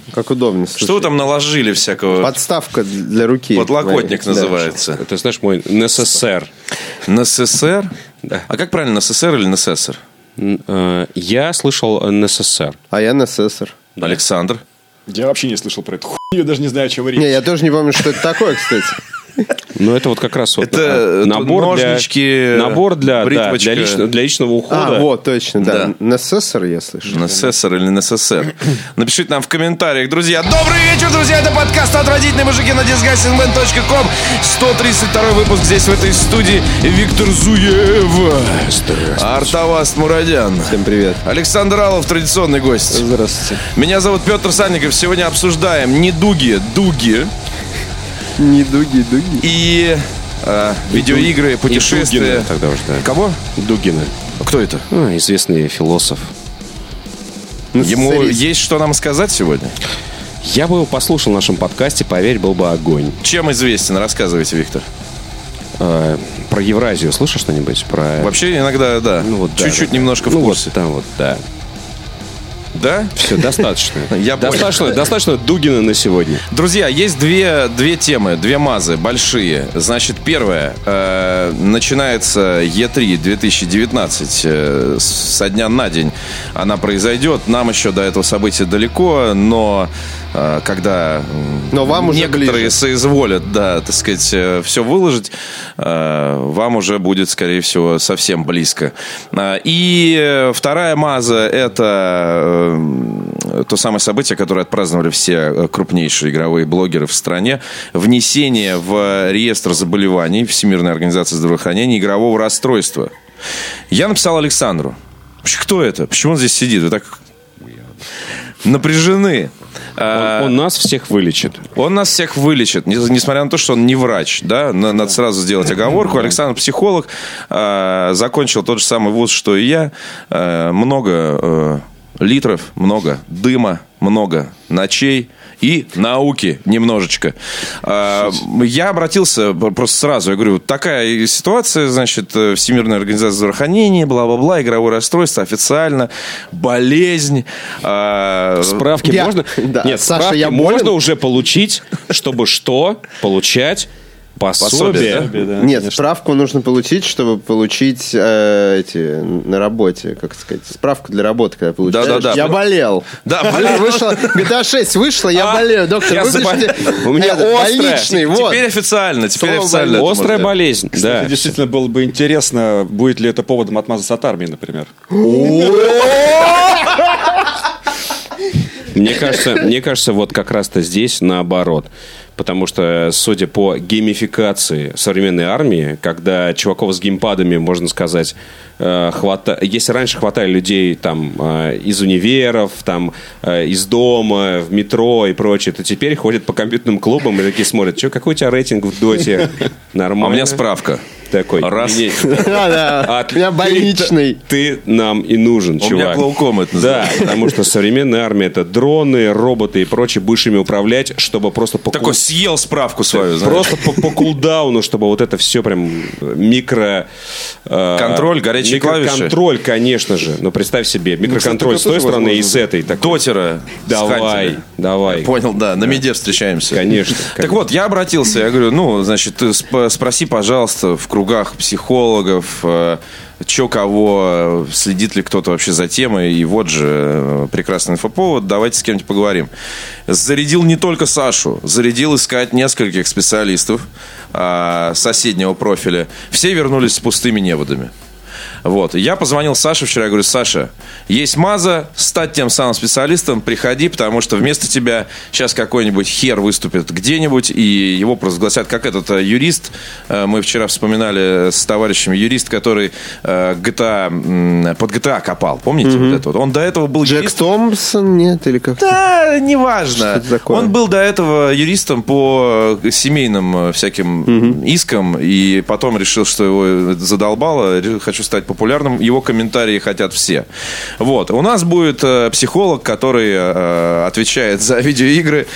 Как удобно. Слушай. Что вы там наложили всякого? Подставка для руки. Подлокотник называется. Это, знаешь, мой НССР. НССР? Да. А как правильно, НССР или НССР? Я слышал НССР. А я НССР. Да. Александр? Я вообще не слышал про эту хуйню, я даже не знаю, о чем речь. Не, я тоже не помню, что это такое, кстати. Ну, это вот как раз вот это набор ножнички, для личного ухода. А, вот, точно, да. НССР я слышу. НССР или НССР. Напишите нам в комментариях, друзья. Добрый вечер, друзья. Это подкаст «Отвратительные мужики» на disgustingman.com. 132 выпуск здесь, в этой студии. Виктор Зуев. Артаваст Мурадян. Всем привет. Александр Алов, традиционный гость. Здравствуйте. Меня зовут Петр Сальников. Сегодня обсуждаем недуги, дуги. Недуги. И видеоигры, путешествия. Дугины тогда уже, да. Кого? Дугины. Кто это? Известный философ. Ему есть что нам сказать сегодня? Я бы его послушал в нашем подкасте, поверь, был бы огонь. Чем известен? Рассказывайте, Виктор. Про Евразию слышал что-нибудь? Вообще иногда, да. Ну, вот, чуть-чуть да. немножко в курсе. Вот, там вот, да. Да? Все, достаточно. Я понял. Достаточно Дугина на сегодня. Друзья, есть две темы, две мазы большие. Значит, первая. Начинается E3 2019. Со дня на день она произойдет. Нам еще до этого события далеко, но когда вам уже некоторые ближе. соизволят, да, так сказать, все выложить, вам уже будет, скорее всего, совсем близко. И вторая маза — это то самое событие, которое отпраздновали все крупнейшие игровые блогеры в стране. Внесение в реестр заболеваний Всемирной организации здравоохранения игрового расстройства. Я написал Александру. Кто это? Почему он здесь сидит? Вы так напряжены. Он нас всех вылечит. Он нас всех вылечит, несмотря на то, что он не врач, да, надо сразу сделать оговорку. Александр психолог, закончил тот же самый вуз, что и я. Много литров, много дыма, много ночей и науки немножечко. Я обратился просто сразу, я говорю, такая ситуация, значит, Всемирная организация здравоохранения, бла-бла-бла, игровое расстройство официально, болезнь. Справки можно? Да. Нет, Саша, справки я можно болен? уже получить, чтобы что? Получать пособие. Пособие, да? Нет, конечно. справку нужно получить, чтобы получить на работе, как сказать, справку для работы, когда получаешь. Да-да-да. Я болел. Да, болел. Вышла, GTA 6 вышла, я болею. Доктор, я выпишите у меня больничный, вот. Теперь официально, Слово официально. это Острая можно. болезнь, да. Кстати, действительно было бы интересно, будет ли это поводом отмазаться от армии, например. Мне кажется, вот как раз-то здесь наоборот. Потому что, судя по геймификации современной армии, когда чуваков с геймпадами, можно сказать, если раньше хватали людей там, из универов, там, из дома, в метро и прочее, то теперь ходят по компьютерным клубам и такие смотрят, что, какой у тебя рейтинг в доте? Нормально. А у меня справка. Такой. Раз. Да. У меня больничный. Ты нам и нужен, чувак. У меня глаукома это Да, называется. потому что современная армия — это дроны, роботы и прочее. Будешь ими управлять, чтобы просто Такой съел справку свою, знаешь. просто по кулдауну, чтобы вот это все прям Контроль, горячие клавиши. Микроконтроль, конечно же. Но представь себе, микроконтроль с той стороны и с этой. Дотера. с Давай, хантера. Понял, да, на меде встречаемся. Конечно. Так вот, я обратился, я говорю, значит, ты спроси, пожалуйста, в кругах психологов, чё кого, следит ли кто-то вообще за темой, и вот же прекрасный инфоповод, давайте с кем-нибудь поговорим. Зарядил не только Сашу, зарядил искать нескольких специалистов соседнего профиля. Все вернулись с пустыми неводами. Вот. Я позвонил Саше вчера, я говорю, Саша, есть маза, стать тем самым специалистом, приходи, потому что вместо тебя сейчас какой-нибудь хер выступит где-нибудь, и его провозгласят как этот юрист. Мы вчера вспоминали с товарищем юрист, который под GTA копал. Помните вот это вот? Он до этого был Джек юристом. Томпсон, нет, или как? Да, неважно. Что-то такое. Он был до этого юристом по семейным всяким искам, и потом решил, что его задолбало, хочу стать популярным. Его комментарии хотят все. Вот. У нас будет психолог, который отвечает за видеоигры,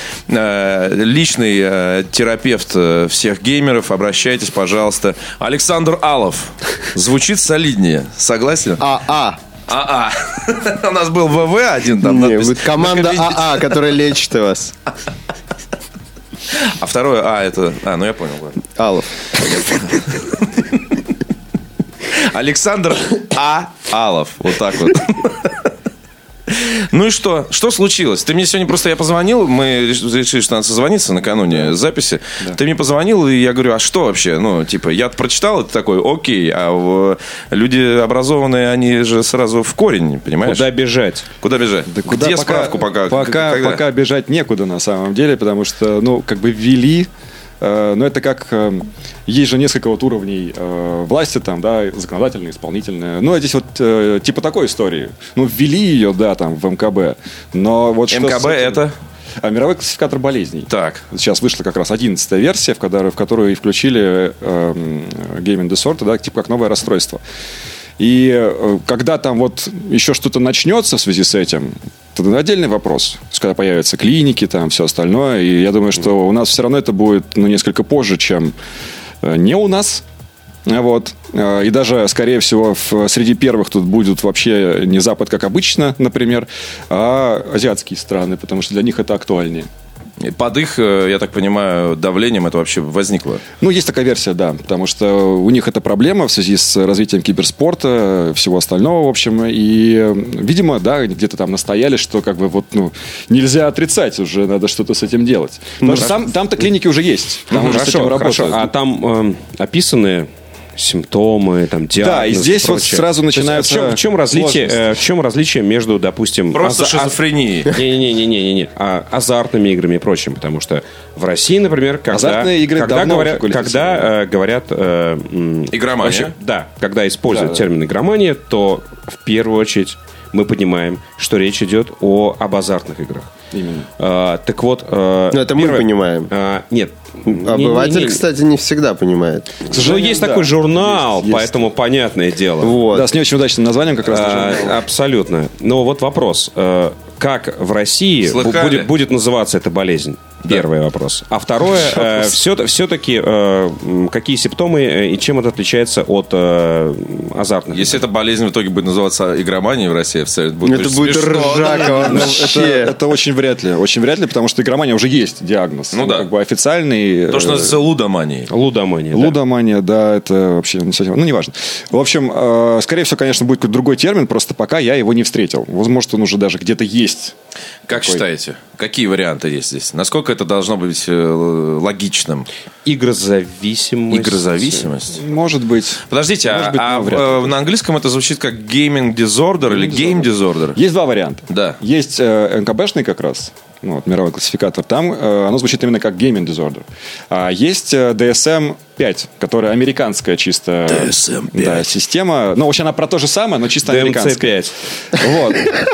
личный терапевт всех геймеров. Обращайтесь, пожалуйста. Александр Алов. Звучит солиднее. Согласен? АА. У нас был ВВ один там. Не, будет команда АА, которая лечит вас. А второе А это... ну я понял. Алов. Александр А. Алов. Вот так вот. Ну и что? Что случилось? Ты мне сегодня просто... Я позвонил, мы решили, что надо созвониться накануне записи. Да. Ты мне позвонил, и я говорю, а что вообще? Ну, типа, я прочитал, это такой, окей, а люди образованные, они же сразу в корень, понимаешь? Куда бежать? Куда бежать? Да куда где пока, справку пока? Пока бежать некуда на самом деле, потому что, ну, как бы ввели... Но это как... Есть же несколько вот уровней власти там, да, законодательная, исполнительная. Ну, а здесь вот типа такой истории. Ну, ввели ее, да, там, в МКБ. Но вот что МКБ это? Мировой классификатор болезней. Так. Сейчас вышла как раз 11-я версия, в которую включили Gaming Disorder, да, типа как новое расстройство. И когда там вот еще что-то начнется в связи с этим, это отдельный вопрос. Когда появятся клиники, там все остальное. И я думаю, что у нас все равно это будет несколько позже, чем не у нас. Вот. И даже, скорее всего, среди первых тут будут вообще не Запад, как обычно, например, а азиатские страны, потому что для них это актуальнее. Под их, я так понимаю, давлением это вообще возникло? Ну, есть такая версия, да. Потому что у них это проблема в связи с развитием киберспорта, всего остального, в общем. И, видимо, да, где-то там настояли, что как бы вот, ну, нельзя отрицать, уже надо что-то с этим делать. Потому что там-то клиники уже есть. Там уже с этим работают. А там описаны симптомы, там, диагноз. Да, и здесь вот сразу начинается... В чем различие между, допустим... Просто шизофренией. Не-не-не. Азартными играми и прочим. Потому что в России, например, азартные игры когда говорят... Игромания. Вообще, да, когда используют термин игромания, то в первую очередь мы понимаем, что речь идет об азартных играх. Именно. Так вот... это мы понимаем. Нет. Обыватель, кстати, не всегда понимает. Но есть такой журнал, поэтому понятное дело. Вот. Да, с не очень удачным названием как раз. Абсолютно. Но вот вопрос. Как в России будет называться эта болезнь? Первый вопрос. А второе, все-таки какие симптомы и чем это отличается от азартных? Если эта болезнь в итоге будет называться игроманией в России, это будет ржака вообще. Это очень вряд ли. Очень вряд ли, потому что игромания уже есть диагноз. Ну да. Как бы официальный. То, что называется лудоманией. Лудомания, да, это вообще не совсем... Ну, неважно. В общем, скорее всего, конечно, будет какой-то другой термин, просто пока я его не встретил. Возможно, он уже даже где-то есть. Как считаете? Какие варианты есть здесь? Насколько это должно быть логичным? Игрозависимость? Может быть. Подождите, на английском это звучит как gaming disorder или game disorder? Есть два варианта. Да. есть МКБшный как раз, мировой классификатор. Там оно звучит именно как gaming disorder. А есть DSM-5, которая американская чисто система. Ну, вообще она про то же самое, но чисто американская. Вот.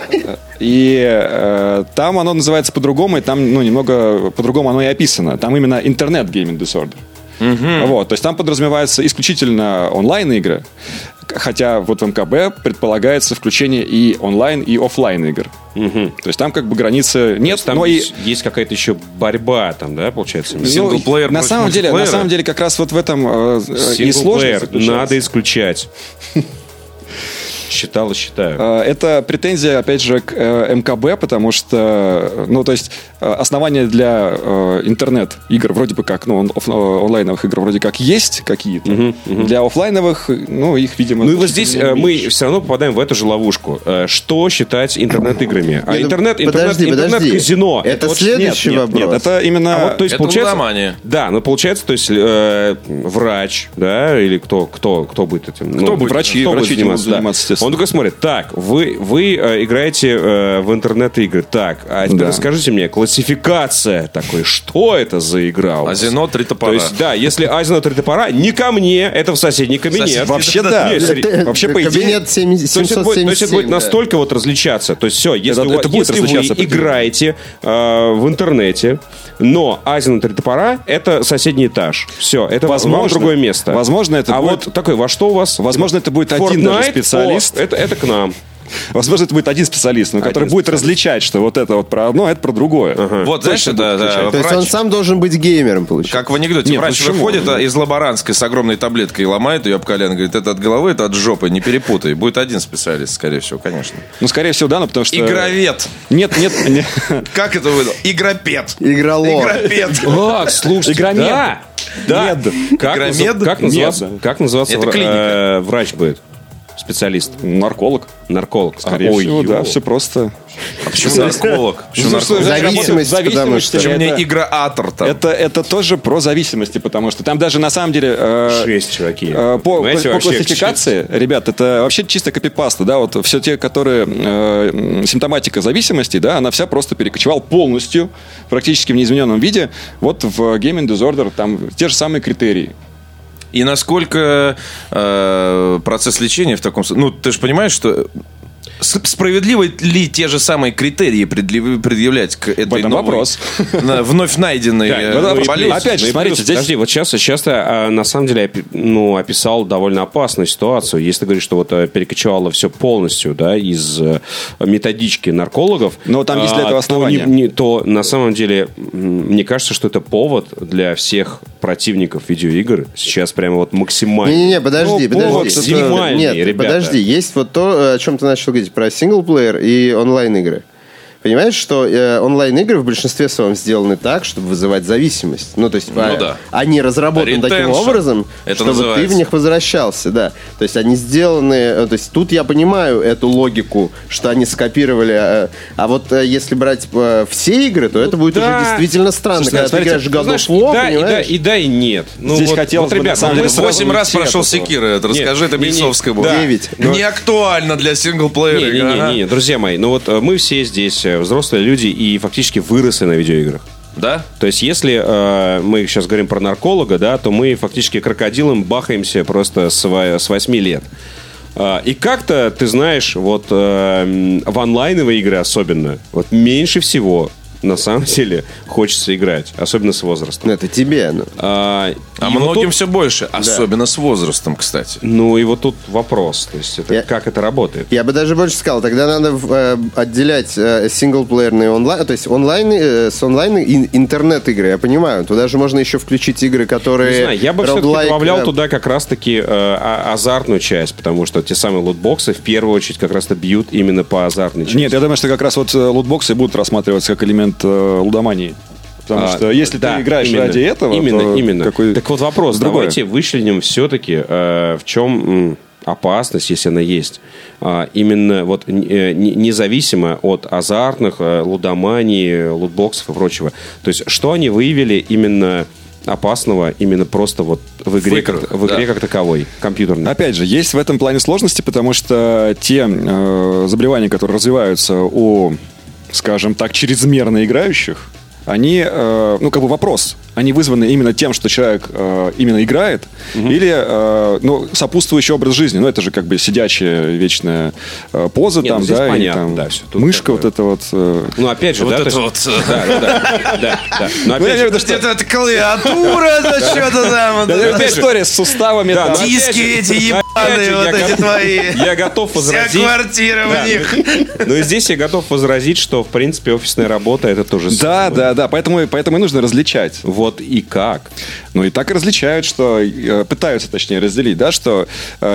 И там оно называется по-другому, и там немного по-другому оно и описано. Там именно интернет-гейминг disorder. Вот, то есть там подразумеваются исключительно онлайн-игры, хотя вот в МКБ предполагается включение и онлайн, и офлайн игр. То есть там как бы границы нет, там но есть какая-то еще борьба там, да, получается? Синглплеер на самом деле как раз вот в этом и сложность. Надо исключать. Считаю. Это претензия, опять же, к МКБ, потому что, то есть, основания для интернет-игр вроде бы как, онлайновых игр вроде как есть какие-то. Для офлайновых, их, видимо... Ну и вот здесь мы все равно попадаем в эту же ловушку. Что считать интернет-играми? А интернет-казино. Это следующий вопрос. Нет, это именно... Это лудомания. Да, но получается, то есть, врач, да, или кто будет этим? Кто будет? Врачи заниматься. Он такой смотрит, так, вы играете в интернет-игры, так, а теперь расскажите мне, классификация такой, что это за игра у вас? Азино 3 топора. То есть, да, если Азино 3 топора, не ко мне, это в соседний кабинет. Вообще, да. Вообще, по идее... Кабинет 777. То есть, это будет настолько вот различаться. То есть, все, если вы играете в интернете, но Азино 3 топора, это соседний этаж. Все, это вам другое место. Возможно, это будет... А вот такой, во что у вас? Возможно, это будет один даже специалист. Это к нам. Возможно, это будет один специалист, но который будет различать, что вот это вот про одно, а это про другое. Вот, знаешь, да. То есть он сам должен быть геймером, получается. Как в анекдоте, Нет, врач почему? выходит из лаборантской с огромной таблеткой и ломает ее об колено, говорит, это от головы, это от жопы, не перепутай. Будет один специалист, скорее всего, конечно. Ну, скорее всего, да, но потому что... Игровед. Нет. Как это выдал? Игропед. Игролог. Игропед. Слушайте, Игромед. Да. Игромед? Как называться Это клиника. врач будет? Специалист. Нарколог. Скорее всего, да, все просто. А почему нарколог? Почему Ну, что, нарколог? Зависимость, потому что... Почему не это- игроатор там? Это тоже про зависимости, потому что там даже на самом деле... Жесть, чуваки. По Понимаете, вообще, классификации, ребят, это вообще чисто копипаста, да, вот все те, которые симптоматика зависимости, да, она вся просто перекочевала полностью, практически в неизмененном виде, вот в Gaming Disorder там те же самые критерии. И насколько процесс лечения в таком... Ну, ты же понимаешь, что... Справедливо ли те же самые критерии предъявлять к этой этом новой, вопрос. вновь найденной болезни? Опять же, смотрите, здесь... Подожди, вот сейчас ты на самом деле описал довольно опасную ситуацию. Если ты говоришь, что вот перекочевало все полностью, да, из методички наркологов, Но там есть для этого основания. то на самом деле мне кажется, что это повод для всех противников видеоигр сейчас прямо вот максимально. Не-не-не, подожди. максимальный, Нет, ребята. подожди. Есть вот то, о чем ты начал говорить, про синглплеер и онлайн-игры. Понимаешь, что онлайн-игры в большинстве своем сделаны так, чтобы вызывать зависимость. Ну, то есть, да. они разработаны таким Retention. образом, Это чтобы называется. ты в них возвращался, да. То есть, они сделаны... То есть, тут я понимаю эту логику, что они скопировали. А вот если брать все игры, то это будет да. уже действительно странно. Слушай, Когда ты смотрите, играешь в God Знаешь, of War, да, понимаешь? и нет. Ну, Здесь вот, хотелось бы, ребят, на самом деле, мы 8 раз уйти от прошел этого. Секиро, это расскажи, это бейсовская была. да. 9. Не актуально для синглплеера. Не, друзья мои, ну вот мы все здесь взрослые люди и фактически выросли на видеоиграх. Да? То есть, если мы сейчас говорим про нарколога, да, то мы фактически крокодилом бахаемся просто с 8 лет. И как-то, ты знаешь, вот в онлайновые игры особенно, вот меньше всего на самом деле хочется играть, особенно с возрастом. Ну, это тебе. Ну. А И многим вот все больше, особенно с возрастом, кстати. ну и вот тут вопрос, то есть это, как это работает? Я бы даже больше сказал, тогда надо отделять синглплеерные онлайн, то есть с онлайн и интернет-игры, я понимаю. Туда же можно еще включить игры, которые... Не знаю, я бы все-таки roguelike, добавлял туда как раз-таки азартную часть, потому что те самые лутбоксы в первую очередь как раз-то бьют именно по азартной части. Нет, я думаю, что как раз вот лутбоксы будут рассматриваться как элемент лудомании. Потому что если да, ты играешь именно, ради этого, именно. то какой... Так вот вопрос, другое. давайте вычленим все-таки, в чем опасность, если она есть. Именно вот независимо от азартных, лудомании, лутбоксов и прочего. То есть, что они выявили именно опасного, именно просто вот в игре, как таковой, компьютерной? Опять же, есть в этом плане сложности, потому что те заболевания, которые развиваются у, скажем так, чрезмерно играющих, они, ну, как бы вопрос, они вызваны именно тем, что человек именно играет, или, ну, сопутствующий образ жизни. Ну, это же как бы сидячая вечная поза. Нет, там, ну, здесь да, понятно, и, там, да, всё, тут мышка такое. вот это вот. Ну, опять же, Вот да, это то есть- вот. Да. Но Ну, я опять имею в же, виду, что Это клавиатура, это что-то там. это опять же- история с суставами. Да, там. но опять Диски же- эти ебаные, опять же, вот я эти готов- твои. Я готов Вся возразить. квартира в них. Но и здесь я готов возразить, что, в принципе, офисная работа это тоже Да, поэтому и нужно различать. Вот и как. Ну и так и различают, что пытаются, точнее, разделить, да, что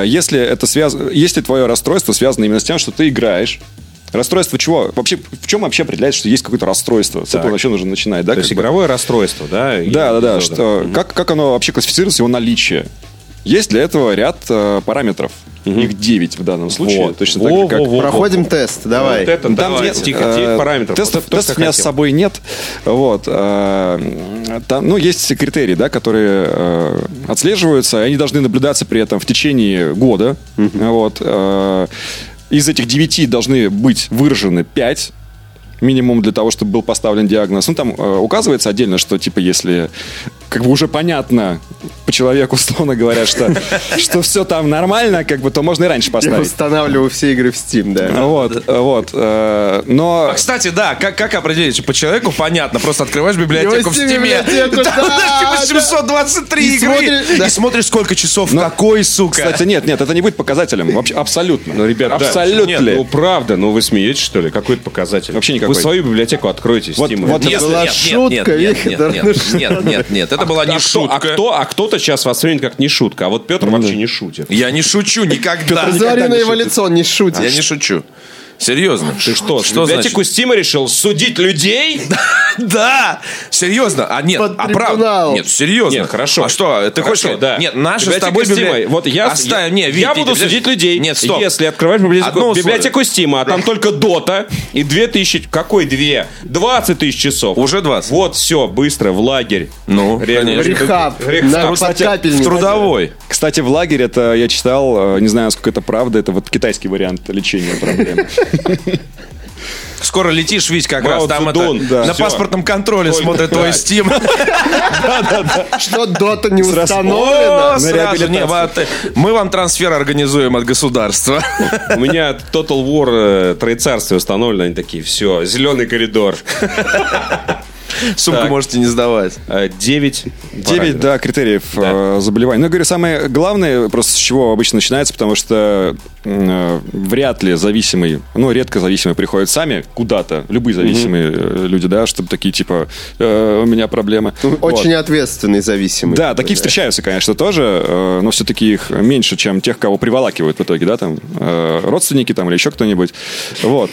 если твое расстройство связано именно с тем, что ты играешь, расстройство чего? Вообще, в чем вообще определяется, что есть какое-то расстройство? С этого вообще нужно начинать, да? То есть как бы? игровое расстройство, да? Да. Что, как оно вообще классифицируется, его наличие? Есть для этого ряд параметров. Их 9 в данном случае. Вот. Точно так же, как... Проходим тест, давай. Вот это, Там давайте, нет, тихо, 9 параметров. Тестов Вот то, у меня с хотел. собой нет. Вот. Там, ну, есть критерии, да, которые отслеживаются. Они должны наблюдаться при этом в течение года. Вот. Из этих 9 должны быть выражены 5 минимум для того, чтобы был поставлен диагноз. Ну, там указывается отдельно, что, типа, если как бы уже понятно по человеку, условно говоря, что все там нормально, как бы, то можно и раньше Я поставить. устанавливаю все игры в Steam, да. Вот. Но... Кстати, да, как определить? По человеку понятно. Просто открываешь библиотеку в Steam Steam. библиотеку, да, 823 И игры. смотришь, да. И смотришь, сколько часов какой, сука. Кстати, нет, это не будет показателем. Вообще, абсолютно. Ну, ребят, абсолютно. Нет, ну правда, ну вы смеетесь, что ли? Какой это показатель? Вообще никакой. Вы свою библиотеку откройте, Вот- Steam. вот Это была шутка, Виктор. Нет, это была не шутка. Кто-то сейчас воспримет как не шутка, а вот Петр вообще не шутит. Я не шучу никогда. Посмотри на его лицо, он не шутит. Я не шучу. Серьезно. Ты что, Что библиотеку Steam решил судить людей? Да, серьезно. А нет, Под а правда? трибунал. Нет, серьезно. Нет, хорошо. А что, ты хочешь Хорошо, сказать? да. Нет, наша с Библиотека тобой Steam. Вот я буду судить людей. Нет, стоп. Если открываешь Одно библиотеку Steam, а там только Дота и 2000... Какой 2? 20 тысяч часов. Уже 20. Вот, все, быстро, в лагерь. Ну, Реально. конечно. Рехаб. Рехаб. На Кстати, подкапельнице. Трудовой. Кстати, в лагере это я читал, не знаю, насколько это правда, это вот китайский вариант лечения проблем. Скоро летишь, Вить, как Мао раз там Цзэдун, это да. на Всё. паспортном контроле Только смотрят твой Steam. Что Дота не О, установлена? сразу, не, вот, мы вам трансфер организуем от государства. У меня Total War Троецарствие установлено. Они такие, все, зеленый коридор. Сумку Так. можете не сдавать. 9. 9, да, критериев заболеваний. Но я говорю, самое главное, просто с чего обычно начинается, потому что вряд ли зависимый, ну, редко зависимые приходят сами куда-то, любые зависимые люди, да, чтобы такие, типа, у меня проблемы. Очень ответственный зависимый. Да, такие встречаются, конечно, тоже, но все-таки их меньше, чем тех, кого приволакивают в итоге, да, там, родственники там или еще кто-нибудь. Вот.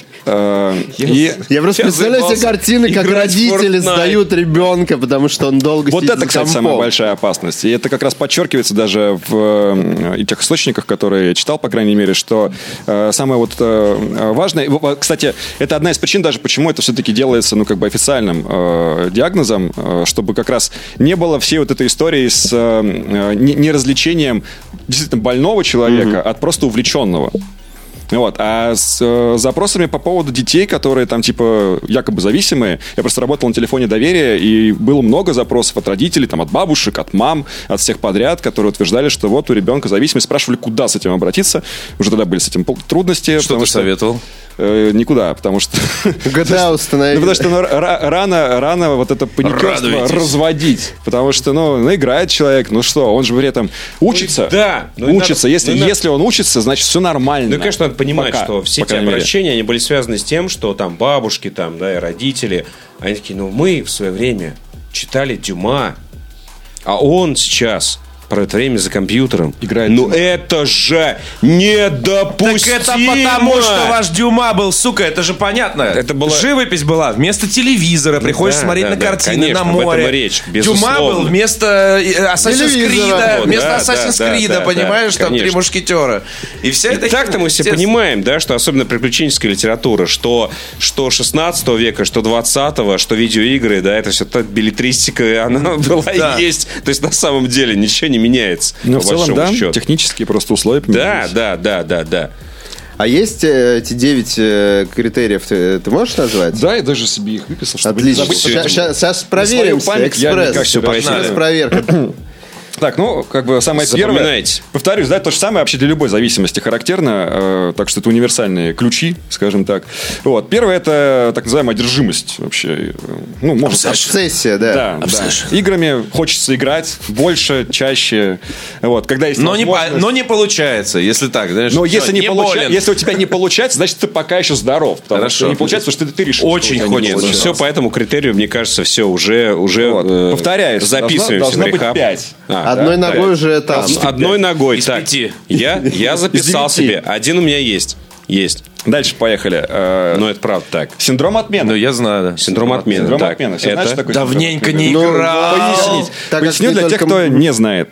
И Я просто Я представляю себе заебался картины, как играть в родители Fortnite. сдают ребенка, потому что он долго вот сидит это, за кстати, компом. самая большая опасность. И это как раз подчеркивается даже в тех источниках, которые я читал, по крайней мере, что самое вот важное... Кстати, это одна из причин даже, почему это все-таки делается, ну, как бы официальным диагнозом, чтобы как раз не было всей вот этой истории с неразличением действительно больного человека от просто увлеченного. Вот. А с запросами по поводу детей, которые там типа якобы зависимые, я просто работал на телефоне доверия, и было много запросов от родителей, там, от бабушек, от мам, от всех подряд, которые утверждали, что вот у ребенка зависимость, спрашивали, куда с этим обратиться. Уже тогда были с этим трудности. Что ты советовал? Никуда, потому что... ГТА установили. Ну, потому что рано вот это паникерство Радуйтесь. разводить. Потому что, ну, играет человек, ну что, он же при этом учится. Да. Учится. Если он учится, значит, все нормально. Ну, конечно, надо понимать, Пока, что все по эти крайней мере. обращения, они были связаны с тем, что там бабушки, там, да, и родители, они такие, ну, мы в свое время читали Дюма, а он сейчас про это время за компьютером Играет Ну, Дюма. это же недопустимо! Так это потому, что ваш Дюма был, сука, это же понятно. Это было- Живопись была вместо телевизора. Приходишь да, смотреть да, на да, картины, конечно, на об этом море. и речь, Дюма безусловно. был вместо Assassin's Телевизора. Creed, Вот, вместо да, Assassin's да, Creed, да, понимаешь, да, там три конечно. мушкетера. И вся эта Так-то мы все естественно. понимаем, да, что особенно приключенческая литература, что 16 века, что 20-го, что видеоигры, да, это все та билетристика, она была Да. и есть. То есть на самом деле ничего не меняется. Ну, по в целом, большому да, счету. технические просто условия Да, поменялись. да. А есть эти 9 критериев, ты можешь назвать? Да, я даже себе их выписал, чтобы Отлично. не забыть. Сейчас проверим. свою память я Экспресс. никак сюда Экспресс не проверка. Так, ну, как бы самое первое... Запоминайте. Повторюсь, да, то же самое вообще для любой зависимости характерно, так что это универсальные ключи, скажем так. Вот. Первое – это так называемая одержимость вообще. Ну, можно сказать. Обсессия, да. Да. Играми хочется играть больше, чаще. Вот. Когда есть Но возможность... не получается, если так, знаешь. Но всё, если, болен. если у тебя не получается, значит, ты пока еще здоров. Потому Хорошо. что не получается, потому что ты решил. Очень что у тебя не хочется. получается. Все по этому критерию, мне кажется, все уже Вот. Повторяюсь, записываемся должно в быть рехаб. 5. Одной ногой уже там. Одной ногой. Из Так, 5. я записал Из 9. себе. Один у меня есть. Есть. Дальше поехали. Но это правда так. Синдром отмены. Ну, я знаю, да. Синдром отмены. Синдром Так, отмены. Все это знаешь, что такое Давненько синдром не отмены? играл. Пояснить. Так как Поясню ты для тех, только- кто не знает.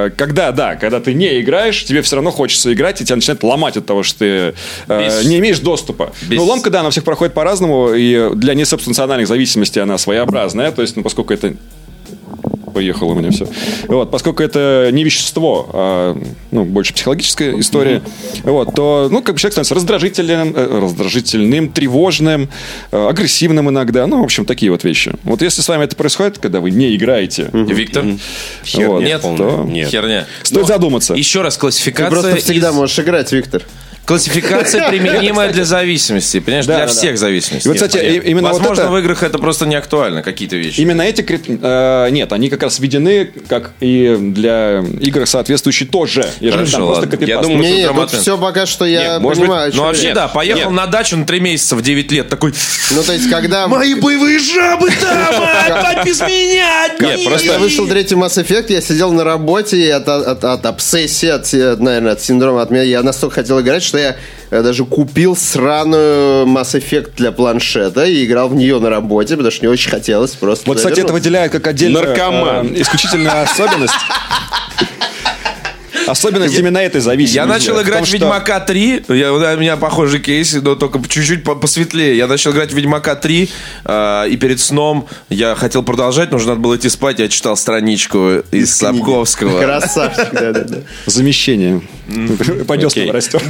Когда ты не играешь, тебе все равно хочется играть, и тебя начинает ломать от того, что ты не имеешь доступа. Ну, ломка, да, она у всех проходит по-разному, и для несубстанциональных зависимостей она своеобразная, то есть, ну, поскольку это поехало у меня все. Вот, поскольку это не вещество, а больше психологическая история, вот, то человек становится раздражительным, тревожным, агрессивным иногда. В общем, такие вот вещи. Вот если с вами это происходит, когда вы не играете... Виктор? Херня. Нет, Нет. Херня. Стоит задуматься. Еще раз, классификация... Ты просто всегда можешь играть, Виктор. Классификация применимая для зависимости. Понимаешь, для всех зависимостей. Вот, кстати, именно возможно, в играх это просто не актуально, какие-то вещи. Именно эти нет, они как раз введены, как и для игр соответствующие тоже. Хорошо, ладно. Я думаю, Нет, тут все пока что я понимаю. Ну, вообще, да, поехал на дачу на 3 месяца в 9 лет, такой... Ну, то есть, когда... Мои боевые жабы там, опять без меня! Нет, просто я вышел третий Mass Effect, я сидел на работе, и от обсессии, наверное, от синдрома от меня, я настолько хотел играть, что я даже купил сраную Mass Effect для планшета и играл в нее на работе, потому что мне очень хотелось просто... Вот, кстати, это выделяет как отдельную исключительную особенность. Особенность именно этой зависимости. Я начал играть в Ведьмака 3. У меня похожий кейс, но только чуть-чуть посветлее. Я начал играть в Ведьмака 3, и перед сном я хотел продолжать, но уже надо было идти спать. Я читал страничку из Сапковского. Красавчик, да-да-да. Замещение. По деснам растет.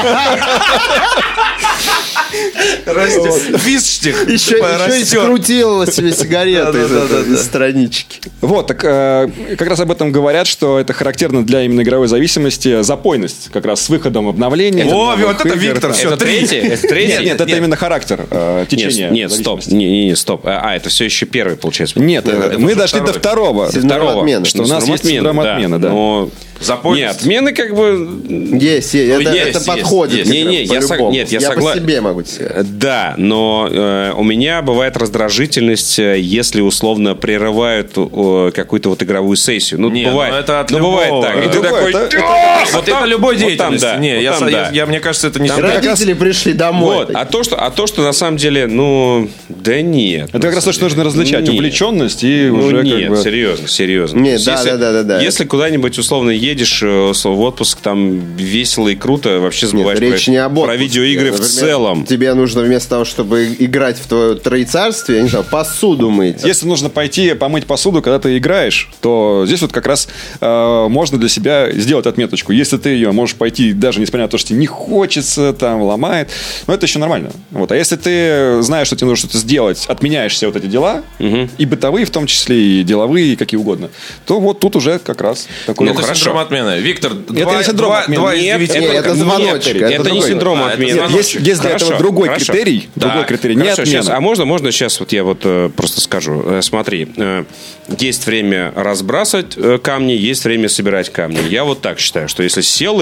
Растет. Висштих. Еще и скрутил себе сигареты из странички. Вот, так как раз об этом говорят, что это характерно для именно игровой зависимости. Запойность, как раз с выходом обновлений. О, вот это Виктор, все, это третий? Нет, это именно характер течения. Нет, стоп. Это все еще первый, получается. Нет, мы дошли до второго. Что у нас есть синдром отмены, да. Нет, отмены как бы... Есть, это подходит. Я согласен. по себе могу сказать. Да, но у меня бывает раздражительность, если условно прерывают какую-то вот игровую сессию. Ну, бывает так. И ты такой... Вот это любой деятельности. Не, мне кажется, это не... Родители пришли домой. А то, что на самом деле, да нет. Это как раз то, что нужно различать. Увлеченность и уже как бы... серьезно. Нет, да. Если куда-нибудь условно едешь в отпуск, там весело и круто, вообще забываешь про видеоигры в целом. Тебе нужно вместо того, чтобы играть в твое троецарствие, я не знаю, посуду мыть. Если нужно пойти помыть посуду, когда ты играешь, то здесь вот как раз можно для себя сделать отметочку. Если ты ее можешь пойти, даже несмотря на то, что тебе не хочется, там, ломает, но это еще нормально. Вот. А если ты знаешь, что тебе нужно что-то сделать, отменяешь все вот эти дела, и бытовые в том числе, и деловые, и какие угодно, то вот тут уже как раз такой... Это синдром отмены. Виктор, это не синдром отмены. Это звоночек. Это не синдром отмены. Есть для этого другой критерий. Другой критерий. Не отмена. А можно сейчас вот я вот просто скажу. Смотри, есть время разбрасывать камни, есть время собирать камни. Я вот так считаю, что если сел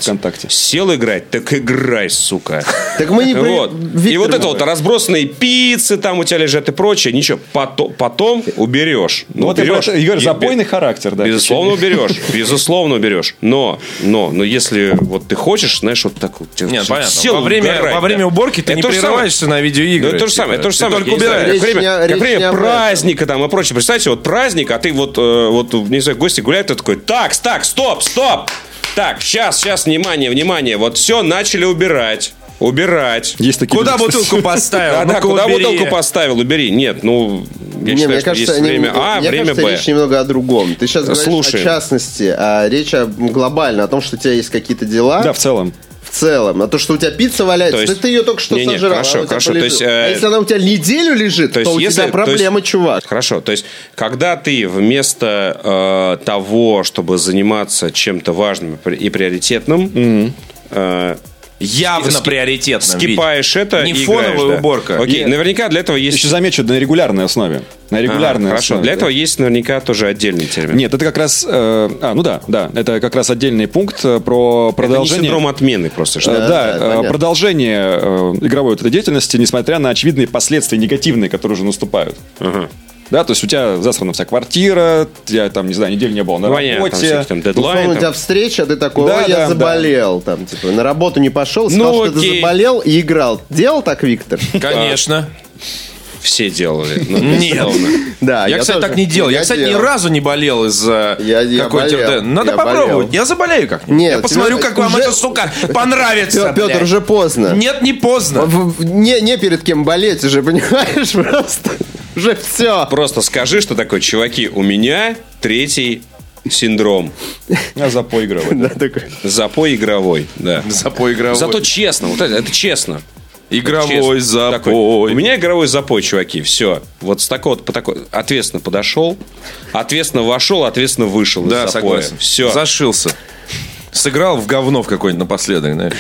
играть, так играй, сука. Так мы не... И вот это вот разбросанные пиццы там у тебя лежат и прочее, ничего, потом уберешь. Вот это, Игорь, запойный характер, да. Безусловно, уберешь. Но если вот ты хочешь, знаешь, вот так вот... Нет, понятно. Во время уборки ты не прерываешься на видеоигры. Это то же самое. Только убираешь. Как время праздника там и прочее. Представьте, вот праздник, а ты вот не знаю, гости гуляют, ты такой, так, стоп. Так, сейчас, внимание. Вот все, начали убирать. Есть такие куда бутылку поставил? Да, куда бутылку поставил, убери. Нет, я считаю, что есть время А, время Б. Речь немного о другом. Ты сейчас говоришь о частности, а речь глобально, о том, что у тебя есть какие-то дела. Да, в целом. А то, что у тебя пицца валяется, ты ее только что сожрал. Хорошо. То есть, а если она у тебя неделю лежит, то у тебя проблемы, чувак. Хорошо, то есть, когда ты вместо того, чтобы заниматься чем-то важным и приоритетным, явно приоритетным. Скипаешь это не и фоновая играешь, уборка. Окей, наверняка для этого есть... Еще замечу, на регулярной основе. Хорошо, для этого есть наверняка тоже отдельный термин. Нет, это как раз... это как раз отдельный пункт про продолжение... Это не синдром отмены просто. Продолжение игровой вот этой деятельности, несмотря на очевидные последствия негативные, которые уже наступают. Да, то есть у тебя засрана вся квартира, я там, не знаю, неделю не было на работе. Дедлайн, у тебя встреча, ты такой, я заболел. Там, типа, на работу не пошел, сказал, что ты заболел и играл. Делал так, Виктор? Конечно. Все делали. Нет. Да, я, кстати, так не делал. Я, кстати, ни разу не болел из-за какой-то... Надо попробовать. Я заболею как-нибудь. Я посмотрю, как вам это, сука, понравится. Петр, уже поздно. Нет, не поздно. Не перед кем болеть уже, понимаешь, просто. Уже все. Просто скажи, что такое, чуваки, у меня 3-й синдром. А запой игровой. Да, такой. Запой игровой, да. Запой игровой. Зато честно, вот это честно. Игровой Честно. запой. Такой, у меня игровой запой, чуваки, все. Вот с такого по такой ответственно подошел, ответственно вошел, ответственно вышел. Да, из запоя. согласен. Все. Зашился. Сыграл в говно в какой-нибудь напоследок, знаешь.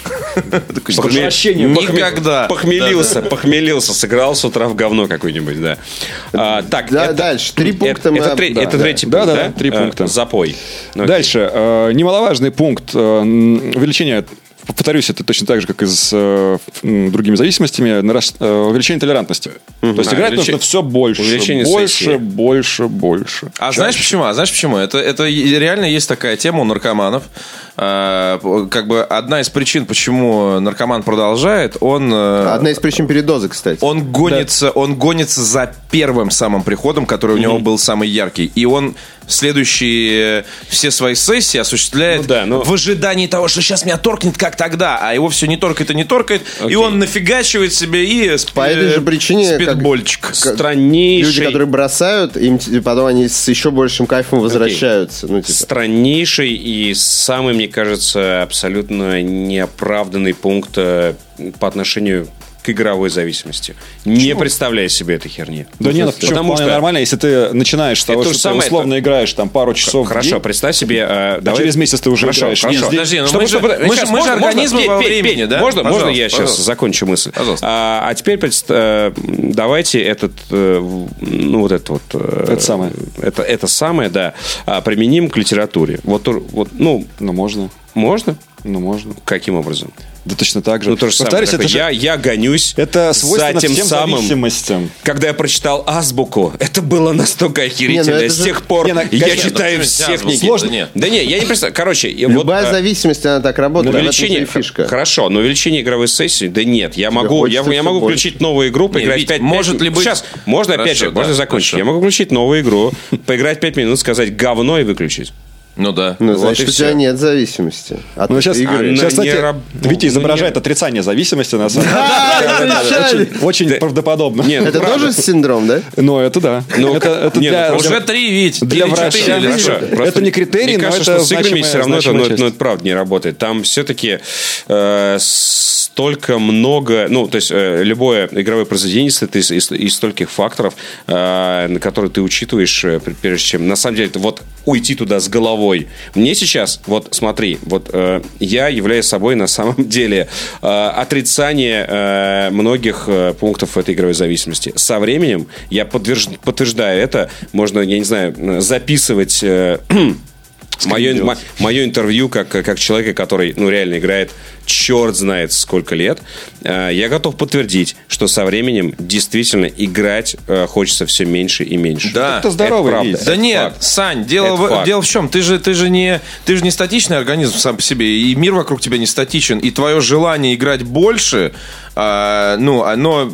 Никогда. Похмелился, сыграл с утра в говно какое-нибудь, да. Так, дальше. 3 пункта. Это 3-й пункт, да? 3 пункта. Запой. Дальше. Немаловажный пункт увеличения. Повторюсь, это точно так же, как и с другими зависимостями, увеличение толерантности. То есть играть нужно все больше. Больше. А знаешь почему? Это реально есть такая тема у наркоманов. Как бы одна из причин, почему наркоман продолжает, Одна из причин передоза, кстати. Он гонится за первым самым приходом, который у него был самый яркий. И он следующие все свои сессии осуществляет в ожидании того, что сейчас меня торкнет, как тогда. А его все не торкает и не торкает. И он нафигачивает себе и по этой же причине спидбольчик. Страннейший... Люди, которые бросают, им потом они с еще большим кайфом возвращаются. Страннейший и самый, мне кажется, абсолютно неоправданный пункт по отношению к игровой зависимости. Не представляю себе этой херни. Да нет, потому что нормально, если ты начинаешь с того, что ты условно играешь там пару часов. Хорошо, представь себе... Через месяц ты уже играешь. Подожди, мы же организмы во времени, да? Можно я сейчас закончу мысль? А теперь давайте это самое, да, применим к литературе. Можно. Можно? Можно. Каким образом? Да точно так же. То же повторюсь, самое. Я гонюсь это свойственно за тем всем самым зависимостям. Когда я прочитал азбуку, это было настолько охерительно. С тех пор я читаю все книги. Сложно. Да не, я не представляю. Короче, любая зависимость, она так работает. Увеличение, фишка. Хорошо, но увеличение игровой сессии, да нет. Я могу включить новую игру, поиграть 5 минут. Может ли быть... Сейчас, можно опять же, можно закончить. Я могу включить новую игру, поиграть 5 минут, сказать говно и выключить. Ну да. Значит, у тебя нет зависимости. Сейчас, кстати, Витя изображает отрицание зависимости, на самом деле. Очень правдоподобно. Это тоже синдром, да? Ну, это да. Уже 3, Вить. Для врача. Это не критерий, но это с играми все равно это правда не работает. Там все-таки столько много... то есть, любое игровое произведение состоит из стольких факторов, на которые ты учитываешь, прежде чем... На самом деле, вот уйти туда с головой. Мне сейчас, вот смотри, я являюсь собой на самом деле отрицание многих пунктов этой игровой зависимости. Со временем я подтверждаю это. Можно, я не знаю, записывать... Мое интервью как человека, который реально играет черт знает сколько лет, я готов подтвердить, что со временем действительно играть хочется все меньше и меньше. Да, это здоровый вид. Да нет, Сань, дело в чем? Ты же не статичный организм сам по себе, и мир вокруг тебя не статичен, и твое желание играть больше, оно...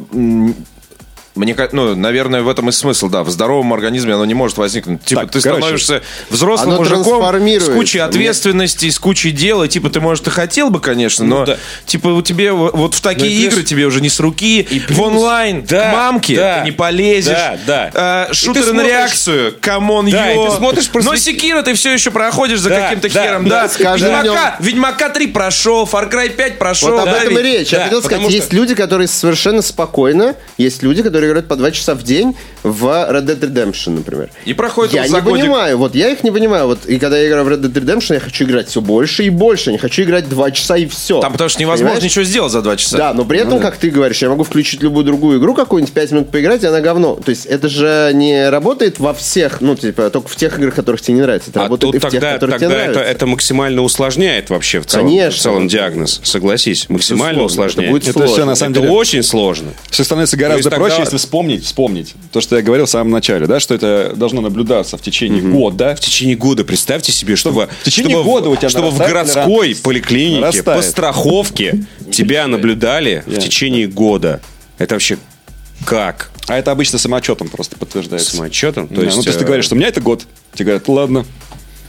наверное, в этом и смысл, да. В здоровом организме оно не может возникнуть. Ты становишься взрослым мужиком с кучей ответственности, с кучей дел. И, ты, может, ты хотел бы, конечно, но, у тебя вот в такие игры тебе уже не с руки, в онлайн, к мамке ты не полезешь. Шутеры на реакцию, камон, но Секиро ты все еще проходишь за каким-то хером, да. Ведьмака 3 прошел, Far Cry 5 прошел. Вот об этом и речь. Я хотел сказать, есть люди, которые совершенно спокойно, есть люди, которые играют по 2 часа в день в Red Dead Redemption, например. И проходит я не понимаю, я их не понимаю. И когда я играю в Red Dead Redemption, я хочу играть все больше и больше. Я не хочу играть 2 часа и все. Там потому что невозможно ничего сделать за 2 часа. Да, но при этом, как ты говоришь, я могу включить любую другую игру какую-нибудь, 5 минут поиграть, и она говно. То есть это же не работает во всех, только в тех играх, которых тебе не нравится. Это работает и в тех, которые тебе нравятся. Это максимально усложняет вообще в целом диагноз. Согласись, максимально усложняет. Это все на самом деле очень сложно. Все становится гораздо проще, если вспомнить то, что я говорил в самом начале, да, что это должно наблюдаться в течение года. В течение года, представьте себе, чтобы в течение года у тебя в городской поликлинике по страховке тебя наблюдали в течение года. Это вообще как? А это обычно самоотчетом просто подтверждается. Самоотчетом? То есть ты говоришь, что у меня это год. Тебе говорят, ладно.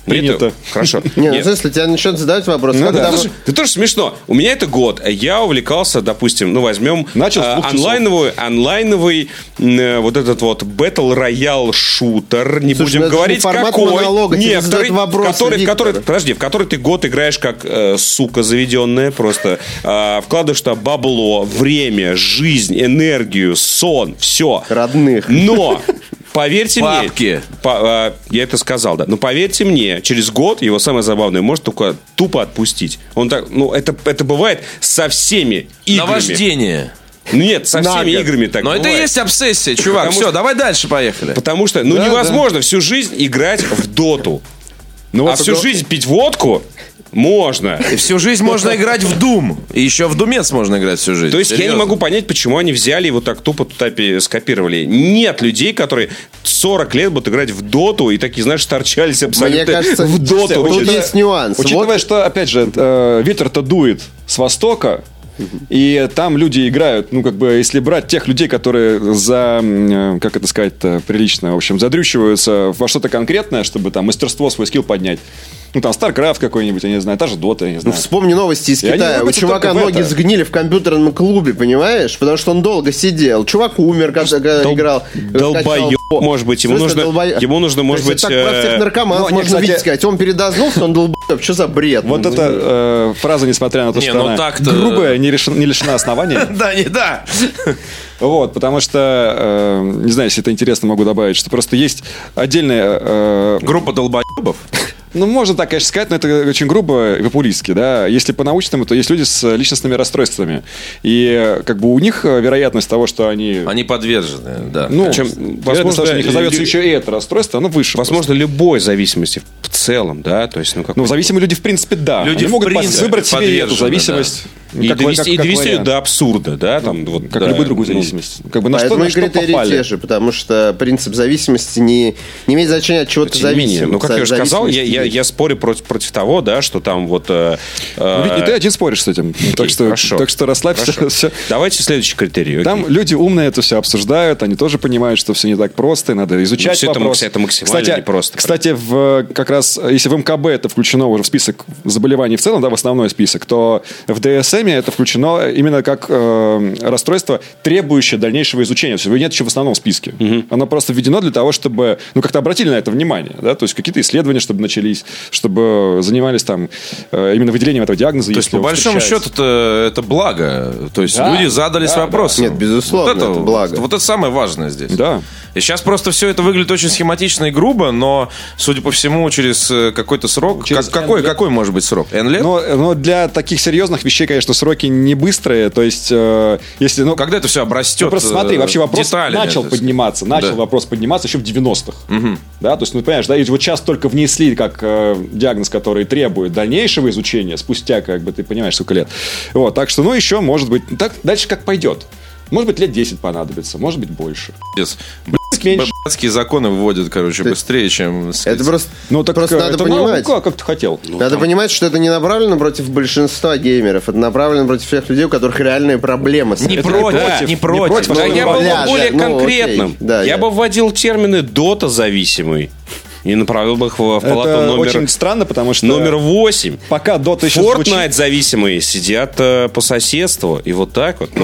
Принято. Хорошо. Не, ну, если тебя начнут задавать вопрос, Ну, когда да. мы- Это тоже смешно. У меня это год. Я увлекался, допустим, возьмем Начал с 2 часов. онлайновый вот этот вот Battle Royale шутер. Не Слушай, будем ну это же говорить, не формат какой. монолога, тебе задают вопросы, Виктор. в который ты год играешь как сука заведенная, просто вкладываешь туда бабло, время, жизнь, энергию, сон, все. Родных. Но поверьте Бабки. мне, я это сказал, да. Но поверьте мне, через год его самое забавное может только тупо отпустить. Он так, это бывает со всеми играми. Наваждение. Нет, со На всеми год. играми так Но это и бывает. есть обсессия, чувак. Потому Все, что- давай дальше поехали. Потому что, невозможно всю жизнь играть в доту. Ну, А вот всю жизнь пить водку можно. И всю жизнь можно играть в Doom. И еще в Думец можно играть всю жизнь. То есть я не Серьезно. могу понять, почему они взяли и вот так тупо туда скопировали. Нет людей, которые 40 лет будут играть в доту и такие, знаешь, торчались абсолютно Мне кажется, в доту. тут есть нюанс. Учитывая, Вот что, опять же, ветер-то дует с востока, и там люди играют, если брать тех людей, которые как это сказать-то прилично, в общем, задрючиваются во что-то конкретное, чтобы там мастерство, свой скилл поднять. StarCraft какой-нибудь, я не знаю, та же Dota, я не знаю. вспомни новости из И они Китая. У рубятся чувака только в ноги это. сгнили в компьютерном клубе, понимаешь? Потому что он долго сидел. Чувак умер, когда играл. Долбоёб, может быть. Ему нужно, может быть... Так про всех наркоманов ну, можно кстати- видеть, сказать. Он передознулся, он долбоёб. Что за бред? Вот эта фраза, несмотря на то, Не, что ну она так-то- грубая, не лишена основания. Да, не да. Вот, потому что, не знаю, если это интересно, могу добавить, что просто есть отдельная... Группа долбоебов. можно так, конечно, сказать, но это очень грубо и популистски, да. Если по-научному, то есть люди с личностными расстройствами. И у них вероятность того, что они... Они подвержены, да. Причем, вероятность возможно, того, что у них назовется еще и это расстройство, оно выше. возможно, любой зависимости в целом, да, то есть, Зависимые люди, в принципе, да. Люди Они в могут принципе выбрать себе эту подвержены, зависимость. и довести ее вариант. до абсурда, да, там, вот, Как да, любую другую ну, зависимость. На что, Поэтому на и что критерии попали. те же, потому что принцип зависимости не имеет значения, от чего ты Тем не менее, зависим. ну, как я уже сказал, Зависимость есть. я спорю против того, да, что там вот... Ведь не ты один споришь с этим. хорошо. Так что расслабься. Хорошо. Все. Давайте следующий критерий. окей. Там люди умные это все обсуждают, они тоже понимают, что все не так просто, и надо изучать все это вопрос. максимально непросто. Кстати, как раз, если в МКБ это включено уже в список заболеваний в целом, да, в основной список, то в ДСМ это включено именно как расстройство, требующее дальнейшего изучения. То есть его нет еще в основном списке. Оно просто введено для того, чтобы, как-то обратили на это внимание, да, то есть какие-то исследования, чтобы начались, чтобы занимались там именно выделением этого диагноза. То есть, по большому счету, это благо. То есть, Да, люди задались да, вопросом. Нет, безусловно, это благо. Вот это самое важное здесь. Да. И сейчас просто все это выглядит очень схематично и грубо, но, судя по всему, через какой-то срок... Через какой, N лет. какой может быть срок? N лет? Но для таких серьезных вещей, конечно, сроки не быстрые. То есть, если... Когда это все обрастет? Просто смотри, вообще вопрос деталями, начал то есть. подниматься. Да. Вопрос подниматься еще в 90-х. Да, то есть, понимаешь, да, и вот сейчас только внесли как диагноз, который требует дальнейшего изучения, спустя, ты понимаешь, сколько лет. Вот, так что, еще, может быть, так дальше как пойдет. Может быть, лет 10 понадобится, может быть, больше. Пиздец. Меньше. Блядские законы вводят, быстрее, чем... Это просто Так просто надо это понимать. наука, как ты хотел. Надо понимать, что это не направлено против большинства геймеров. Это направлено против всех людей, у которых реальные проблемы. с Не этим. против, не против. Да, я был Да, более да, ну, конкретным. окей. Да, я бы вводил термины дота-зависимый и направил бы их в палату Это номер очень странно, потому что... номер 8. Пока Dota еще звучит... Fortnite зависимые сидят по соседству. И вот так вот.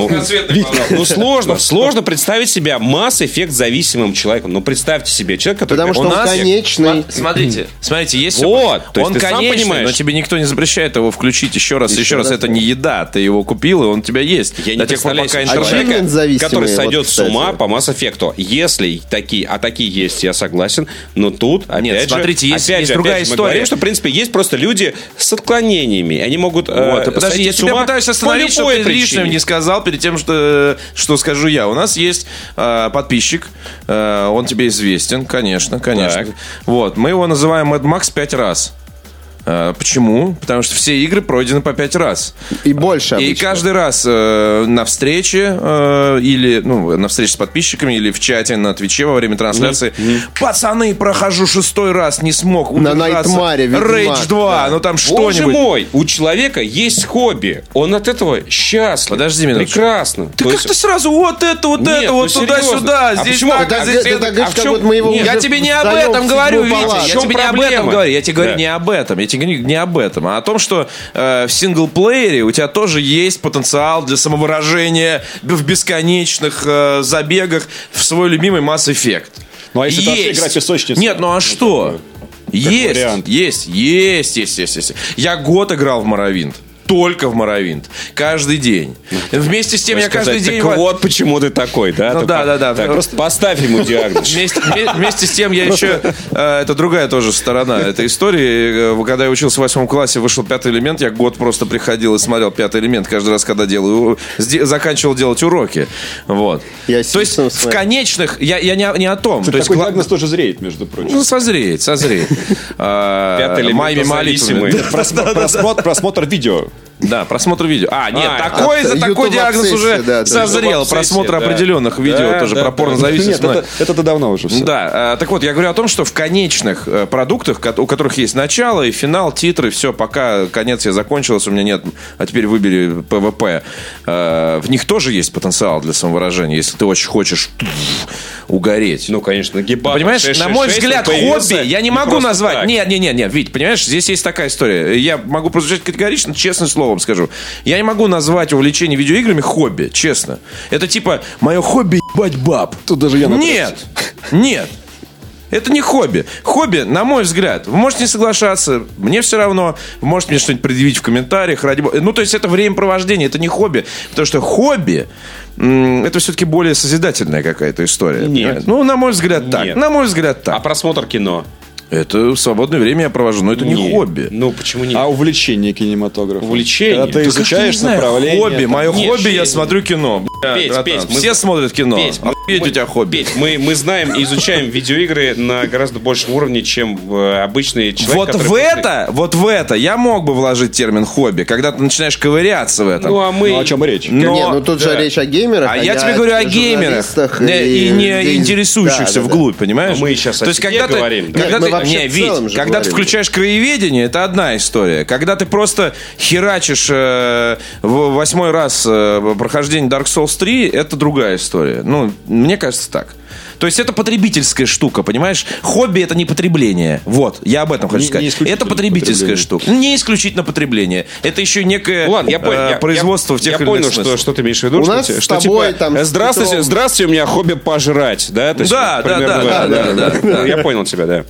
Сложно представить себя Mass Effect зависимым человеком. Ну, представьте себе человека, который... Потому что он конечный. Смотрите, есть Вот, то есть он ты сам конечный, понимаешь. но тебе никто не запрещает его включить еще раз. Это не еда, ты его купил, и он у тебя есть. Я не До тех пор, представляю пока себе интернет... человека, Achievement зависимые, который сойдет вот, с ума кстати. по Mass Effect. Если такие есть, я согласен. Но тут, опять Нет, же, смотрите, есть опять же, другая мы история. говорим, что, в принципе, есть просто люди с отклонениями. Они могут Вот, и подожди, сойти я с тебя ума пытаюсь остановить, по чтобы любой ты лишнего причине. не сказал перед тем, что скажу я. У нас есть подписчик, он тебе известен, конечно. Так. Вот, мы его называем Mad Max 5 раз. Почему? Потому что все игры пройдены по 5 раз. И больше обычно. И каждый раз на встрече или на встрече с подписчиками или в чате на Твиче во время трансляции. Пацаны, прохожу 6-й раз, не смог На удержаться. Найтмаре, Rage 2, да. там Боже что-нибудь. мой, у человека есть хобби. Он от этого счастлив. Подожди минуточку. Прекрасно. Ты То есть- как-то сразу вот это, вот Нет, это, ну вот туда-сюда. серьезно. А Здесь почему? так, Ты здесь так это. говоришь, в как чем- будто мы его Я уже тебе не об вдаём этом в говорю, седьмую Витя. палату. Я чем тебе не об проблема? этом говорю. Я тебе говорю Да. не об этом. Я тебе говорю не об этом, а о том, что в синглплеере у тебя тоже есть потенциал для самовыражения в бесконечных забегах в свой любимый Mass Effect. Ну, а если ты вообще играть в песочницу? Нет, ну а что? вариант. Есть. Я год играл в Morrowind. Только в Morrowind. Каждый день. Вместе с тем я каждый день... Так вот почему ты такой, да? Ну да. Так, просто поставь ему диагноз. Вместе с тем я еще... Это другая тоже сторона этой истории. Когда я учился в 8 классе, вышел «Пятый элемент», я год просто приходил и смотрел «Пятый элемент» каждый раз, когда заканчивал делать уроки. Вот. Я То есть Simpsons в конечных... Я не о том. То есть Такой диагноз тоже зреет, между прочим. ну, созреет. Пятый элемент Моими зависимый. молитвами. Просмотр видео. Да, просмотр видео. Нет, такой YouTube диагноз уже обсессия, да, созрел. YouTube Просмотр обсессия, да. определенных видео Да, тоже да, про да. порнозависимость. Нет, это давно уже все. Да, так вот, я говорю о том, что в конечных продуктах, у которых есть начало и финал, титры, все, пока конец я закончился, у меня нет, а теперь выбери ПВП, в них тоже есть потенциал для самовыражения, если ты очень хочешь угореть. Ну, конечно, нагибал. Понимаешь, на мой взгляд, хобби я не могу назвать. Нет, Вить, понимаешь, здесь есть такая история. Я могу прозвучать категорично, честным словом скажу. Я не могу назвать увлечение видеоиграми хобби, честно. Это типа мое хобби ебать баб. Тут даже я Нет. Это не хобби. Хобби, на мой взгляд, вы можете не соглашаться, мне все равно, вы можете мне что-нибудь предъявить в комментариях, ради бога. Ну, то есть это времяпровождение, это не хобби. Потому что хобби, это все-таки более созидательная какая-то история. Нет. Понимаете? Ну, на мой взгляд, так. Нет. На мой взгляд, так. А просмотр кино? Это в свободное время я провожу, но это не хобби. Ну, почему нет? А увлечение кинематографом? Увлечение? Когда ты Так изучаешь Не знаю, направление. хобби. там, Мое Нет, хобби, я Петь, смотрю кино. Петь, Все смотрят кино. Петь, Охуеть у тебя хобби. Петь, мы знаем и изучаем видеоигры на гораздо большем уровне, чем обычный человек. Вот в это я мог бы вложить термин хобби, когда ты начинаешь ковыряться в этом. Ну, а мы... Ну, о чем речь? Нет, тут же речь о геймерах. А я тебе говорю о геймерах журналистах и не интересующихся вглубь, понимаешь? А мы сейчас То есть, о себе когда говорим, да? когда Нет, мы ты, вообще в целом Вить, же когда ты говорим. включаешь краеведение, это одна история. Когда ты просто херачишь в 8-й раз прохождение Dark Souls 3, это другая история. Ну, мне кажется, так. То есть это потребительская штука, понимаешь? Хобби — это не потребление. Вот, я об этом хочу Не сказать. исключительно Это потребительская потребление. штука. Не исключительно потребление. Это еще некое Ладно, я понял. производство в тех я или понял, иных смыслах. что ты имеешь в виду. У что нас те- с что тобой типа, там с здравствуйте, Петром- здравствуйте, у меня хобби пожрать. Да, то есть, Да, вот, примерно да, в этом, да. Я понял тебя, да.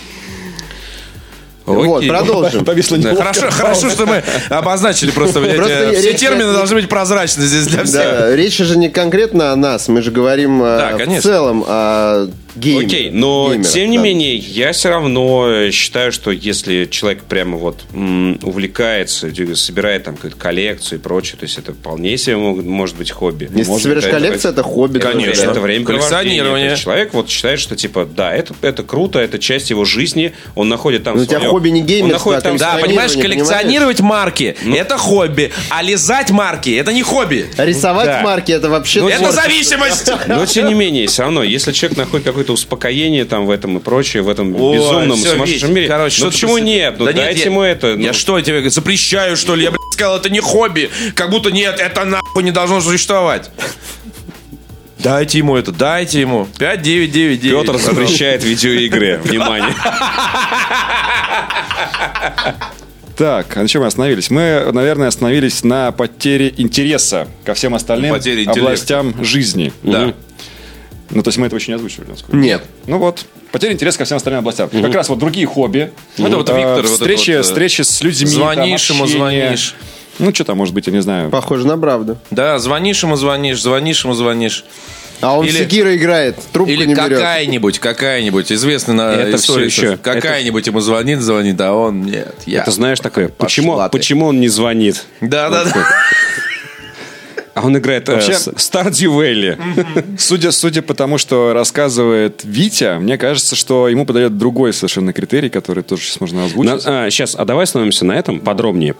Вот, Окей. продолжим. Повисло Да, неловко. хорошо, что мы обозначили просто. Просто Все речь- термины должны быть прозрачны здесь для всех. Да, речь же не конкретно о нас, мы же говорим в конечно. целом о геймерах. Окей, но Геймерах, тем не да. менее, я все равно считаю, что если человек прямо вот увлекается, собирает там какую-то коллекцию и прочее, то есть это вполне себе может быть хобби. Если ты Может, собираешь коллекцию, это хобби. Конечно. Это время Коллекционирование. То есть человек вот считает, что типа, да, это круто, это часть его жизни, он находит там Но у тебя своё- хобби не он геймерство, находит там Да, коллекционирование, понимаешь, коллекционировать марки — это хобби, а лизать марки — это не хобби. Рисовать Да. марки это вообще Это творчество. зависимость. Но тем не менее, все равно, если человек находит какое-то успокоение там в этом и прочее, в этом Ой, безумном всё, сумасшедшем Вить, мире, короче, ну что почему ты- нет? Ну Да нет, дайте я- ему это. Я что, я тебе запрещаю, что ли? Я, блядь, сказал, это не хобби. Как будто нет, это нахуй не должно существовать. Дайте ему это, дайте ему. 5999. Петр запрещает видеоигры. Внимание. Так, а на чем мы остановились? Мы, наверное, остановились на потере интереса ко всем остальным Потере интеллекта. областям жизни. Да. Мгм. Ну, то есть мы это еще не озвучивали, насколько. Нет. Ну вот, потеря интереса ко всем остальным областям. Как раз вот другие хобби. Это вот Виктор, вот встречи, это вот, встречи с людьми. Звонишь там, ему, общение. звонишь. Ну, что там может быть, я не знаю. Похоже на правду. Да, звонишь ему, звонишь, звонишь ему, звонишь. А он Или- в Секиро играет, трубку Или не берет. какая-нибудь, известная Это история, всё ещё. что какая-нибудь ему звонит, а он нет. Я. Ты знаешь такое? Пошла ты. Почему он не звонит? Да. А он играет Вообще- Stardew Valley. Судя по тому, что рассказывает Витя, мне кажется, что ему подает другой совершенно критерий, который тоже сейчас можно озвучить. Сейчас, давай остановимся на этом подробнее.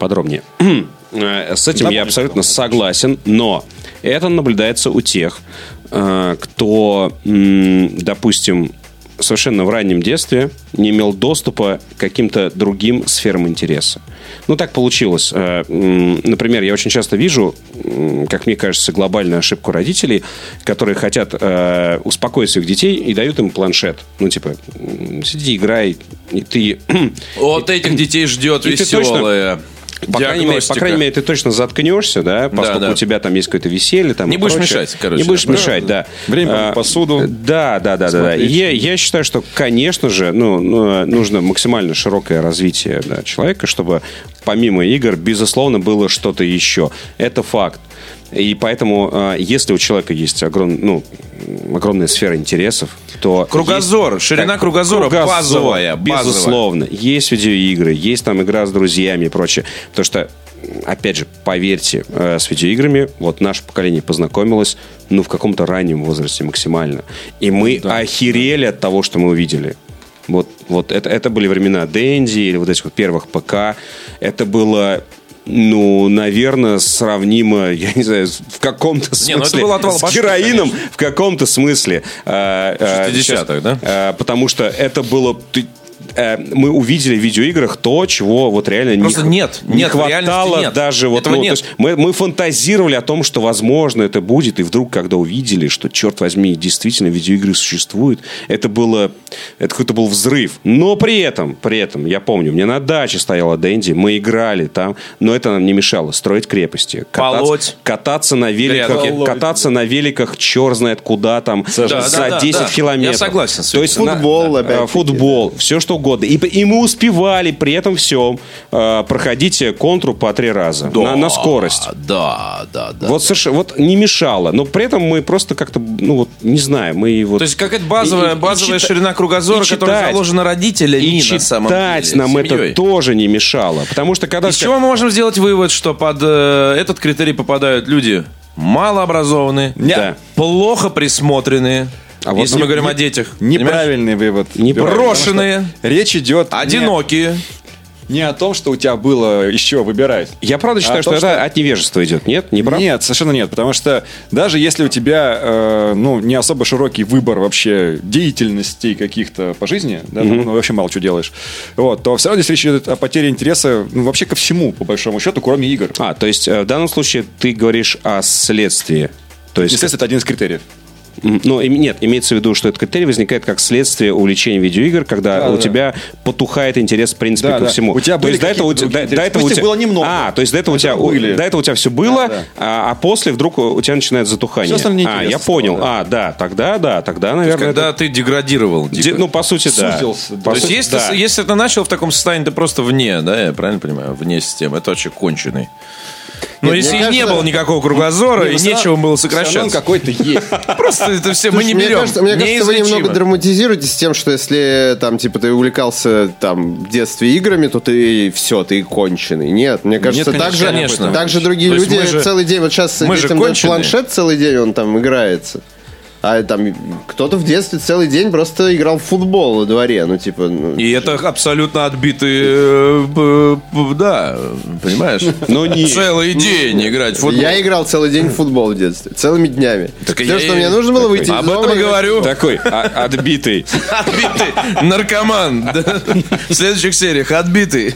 С этим я абсолютно согласен, но это наблюдается у тех, кто, допустим, совершенно в раннем детстве не имел доступа к каким-то другим сферам интереса. Ну, так получилось. Например, я очень часто вижу, как мне кажется, глобальную ошибку родителей, которые хотят успокоить своих детей и дают им планшет. Ну, типа, сиди, играй, и ты... Вот этих детей ждет и ты веселая По крайней мере, ты точно заткнешься, да, поскольку у тебя там есть какое-то веселье. Там, не будешь мешать, короче. Не будешь мешать, да. Время помыть посуду. Да. Я считаю, что, конечно же, нужно максимально широкое развитие человека, чтобы помимо игр, безусловно, было что-то еще. Это факт. И поэтому, если у человека есть огромная сфера интересов, то... Кругозор, ширина кругозора базовая. Безусловно. Есть видеоигры, есть там игра с друзьями и прочее. Потому что, опять же, поверьте, с видеоиграми вот наше поколение познакомилось, в каком-то раннем возрасте максимально. И мы охерели от того, что мы увидели. Вот это были времена Денди или вот этих вот первых ПК. Это было... наверное, сравнимо, я не знаю, в каком-то смысле это был отвал башки, с героином, конечно. в каком-то смысле. 60-х, да? Потому что это было... Мы увидели в видеоиграх то, чего вот реально просто не нет, хватало нет. даже. Этого нет. То есть мы фантазировали о том, что, возможно, это будет, и вдруг, когда увидели, что, черт возьми, действительно видеоигры существуют, это какой-то был взрыв. Но при этом, я помню, у меня на даче стояла Дэнди, мы играли там, но это нам не мешало строить крепости, кататься на великах, черт знает куда там, за 10 километров. Я согласен с То есть футбол, все что угодно. И мы успевали при этом всем проходить контру по 3 раза на скорость. Да. Вот не мешало. Но при этом мы просто как-то, не знаю, мы вот... То есть какая-то базовая ширина кругозора, которая заложена родителями на самом деле. И читать нам это тоже не мешало. Потому что когда... Из чего мы можем сделать вывод, что под этот критерий попадают люди малообразованные, плохо присмотренные, если мы говорим о детях. Неправильный вывод. Брошенные. Речь идет... Одинокие. Не о том, что у тебя было еще выбирать. Я правда считаю, что это от невежества идет. Нет? Не правда? Нет, совершенно нет. Потому что даже если у тебя не особо широкий выбор вообще деятельностей каких-то по жизни, да, вообще мало чего делаешь, то все равно здесь речь идет о потере интереса вообще ко всему, по большому счету, кроме игр. То есть в данном случае ты говоришь о следствии. То есть, естественно, это один из критериев. Нет, имеется в виду, что этот критерий возникает как следствие увлечения видеоигр, когда у тебя потухает интерес, в принципе, ко всему. У тебя то есть до этого было немного. То есть до этого у тебя все было, а после вдруг у тебя начинает затухание. Я понял. Тогда, наверное. Когда ты деградировал. По сути, да. То есть если ты начал в таком состоянии, ты просто вне, да, я правильно понимаю, вне системы. Это вообще конченый. Но если не было никакого кругозора, и нечего было сокращаться. Он какой-то есть. Просто это все мы не берем. Мне кажется, вы немного драматизируете с тем, что если там, типа, ты увлекался там в детстве играми, то ты конченый. Нет, мне кажется, так же другие люди целый день. Вот сейчас детям дают планшет целый день, он там играется. А там кто-то в детстве целый день просто играл в футбол во дворе, И это абсолютно отбитые, да, понимаешь? Целый день играть в футбол. Я играл целый день в футбол в детстве, целыми днями. Все, что мне нужно было выйти из дома. Об этом и говорю. Такой отбитый. Отбитый наркоман. В следующих сериях отбитый.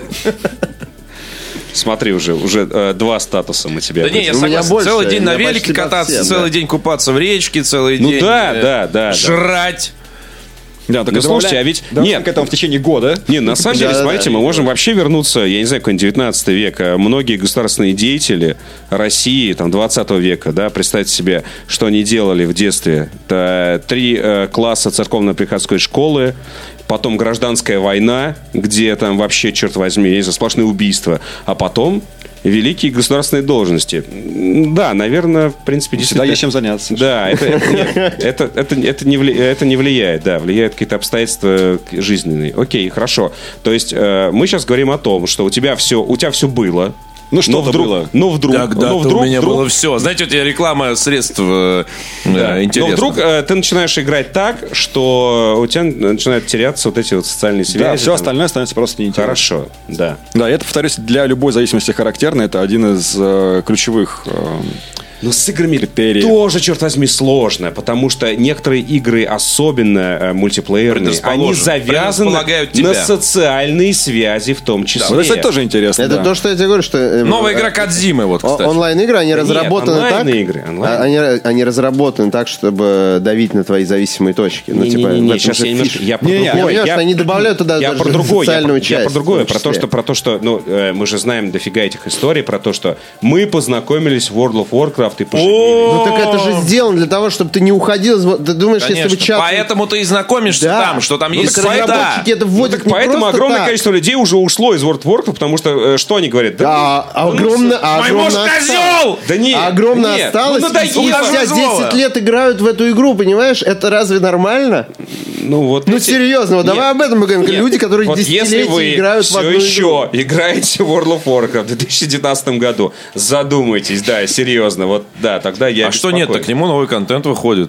Смотри, уже 2 статуса мы тебе... Да не, я согласен. Целый день на велике кататься, целый день купаться в речке, целый день жрать. Да, так слушайте, а ведь... Нет, к этому в течение года. Нет, на самом деле, смотрите, мы можем вообще вернуться, я не знаю, какой-нибудь 19 век. Многие государственные деятели России, 20 века, да, представьте себе, что они делали в детстве. Это 3 класса церковно-приходской школы, потом гражданская война, где там вообще, черт возьми, сплошные убийства, а потом великие государственные должности. Да, наверное, в принципе, действительно... Всегда есть чем заняться. Да, это не влияет, да, влияют какие-то обстоятельства жизненные. Окей, хорошо. То есть мы сейчас говорим о том, что у тебя все было, Ну, что-то было. Ну, вдруг. Когда-то у меня было все. Знаете, у тебя реклама средств интересных. Но вдруг ты начинаешь играть так, что у тебя начинают теряться вот эти вот социальные связи. Да, все остальное становится просто неинтересно. Хорошо, да. Да, и это, повторюсь, для любой зависимости характерно. Это один из ключевых Но с играми критериев. тоже, черт возьми, сложно, потому что некоторые игры, особенно мультиплеерные, они завязаны на социальные связи в том числе. Да, это тоже интересно. Это то, что я тебе говорю, что... Новая игра Кодзимы, вот, кстати. Онлайн-игры, они разработаны так... Они разработаны так, чтобы давить на твои зависимые точки. Ну, типа, сейчас я немножко... Я про другое. Они добавляют туда даже социальную часть. Я про другое, про то, что мы же знаем дофига этих историй, про то, что мы познакомились в World of Warcraft и поженились. Ну так это же сделано для того, чтобы ты не уходил. Ты думаешь, Конечно. если бы чат... Поэтому ты и знакомишься там, что там есть разработчики это вводят не поэтому просто огромное так. количество людей уже ушло из World of Warcraft, потому что что они говорят? Мой муж козел! Да нет. Огромно осталось. Ну, надоело. Спустя 10 лет играют в эту игру, понимаешь? Это разве нормально? Ну серьезно, давай об этом поговорим. Люди, которые вот десятилетия играют в одну игру. Если вы все еще играете в World of Warcraft в 2019 году, задумайтесь, да, серьезно, вот да, тогда я что нет-то, к нему новый контент выходит.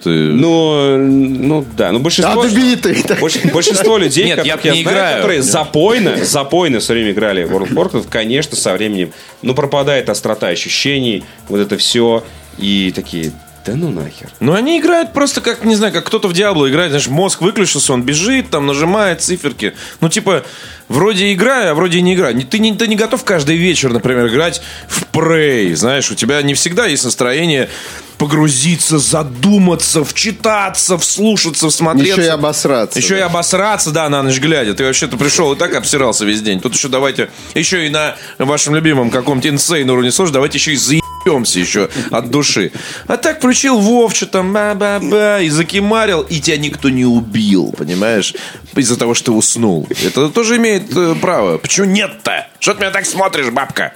Ну да, ну большинство... Большинство людей, которые запойно все время играли в World of Warcraft, конечно, со временем, пропадает острота ощущений, вот это все, и такие... Да ну нахер. Ну они играют просто как, не знаю, как кто-то в Диабло играет, знаешь, мозг выключился, он бежит, там нажимает циферки. Ну типа, вроде играю, а вроде и не играю. Ты не готов каждый вечер, например, играть в Prey, знаешь, у тебя не всегда есть настроение погрузиться, задуматься, вчитаться, вслушаться, всмотреться. Еще и обосраться, да, на ночь глядя. Ты вообще-то пришел и так обсирался весь день. Тут еще давайте, еще и на вашем любимом каком-то инсейн уровне сложно, давайте еще и заебемся еще от души. А так включил Вовчу там, ба-ба-ба, и закимарил, и тебя никто не убил, понимаешь? Из-за того, что ты уснул. Это тоже имеет право. Почему нет-то? Что ты меня так смотришь, бабка?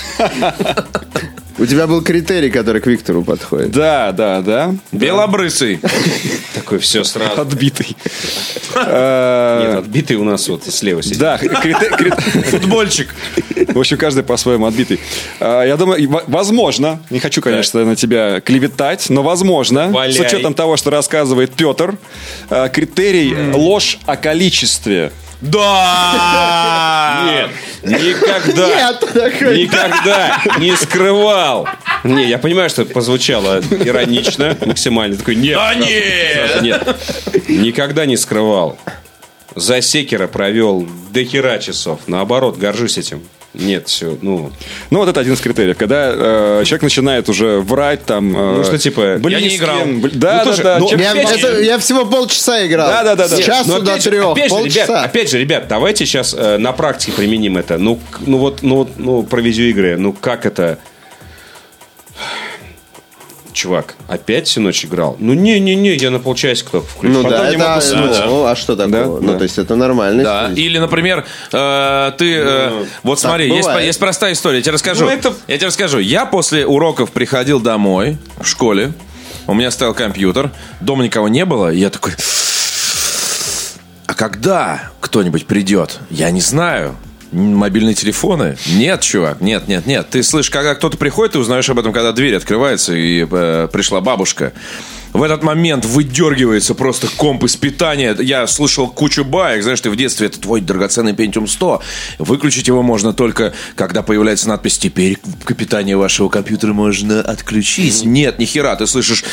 У тебя был критерий, который к Виктору подходит. Да. Белобрысый. Такой все сразу. Отбитый. Нет, отбитый у нас вот слева сидит. Да, футбольчик. В общем, каждый по-своему отбитый. Я думаю, возможно, не хочу, конечно, на тебя клеветать, но возможно, с учетом того, что рассказывает Петр, критерий ложь о количестве. Да! Нет, никогда не скрывал. Не, я понимаю, что это позвучало иронично, максимально. Такой, нет. Да нет! Нет, никогда не скрывал. За Секера провел до хера часов. Наоборот, горжусь этим. Нет, все, Ну, вот это один из критериев. Когда человек начинает уже врать, там... что типа, я не играл. Да. Я всего полчаса играл. Да. С часу до 3. Опять же, ребят, давайте сейчас на практике применим это. Про видеоигры. Как это... Чувак, опять всю ночь играл? Не, я на полчасика только включил. Да, это... а что такого? Да? То есть это нормально. Да, или, например, ты... Вот смотри, есть простая история, я тебе расскажу. Я после уроков приходил домой в школе, у меня стоял компьютер, дома никого не было, и я такой... А когда кто-нибудь придет? Я не знаю. Мобильные телефоны? Нет, чувак, нет. Ты слышишь, когда кто-то приходит, ты узнаешь об этом, когда дверь открывается, и пришла бабушка. В этот момент выдергивается просто комп из питания. Я слышал кучу баек. Знаешь, ты в детстве, это твой драгоценный Pentium 100. Выключить его можно только, когда появляется надпись «Теперь питание вашего компьютера можно отключить». Нет, ни хера, ты слышишь...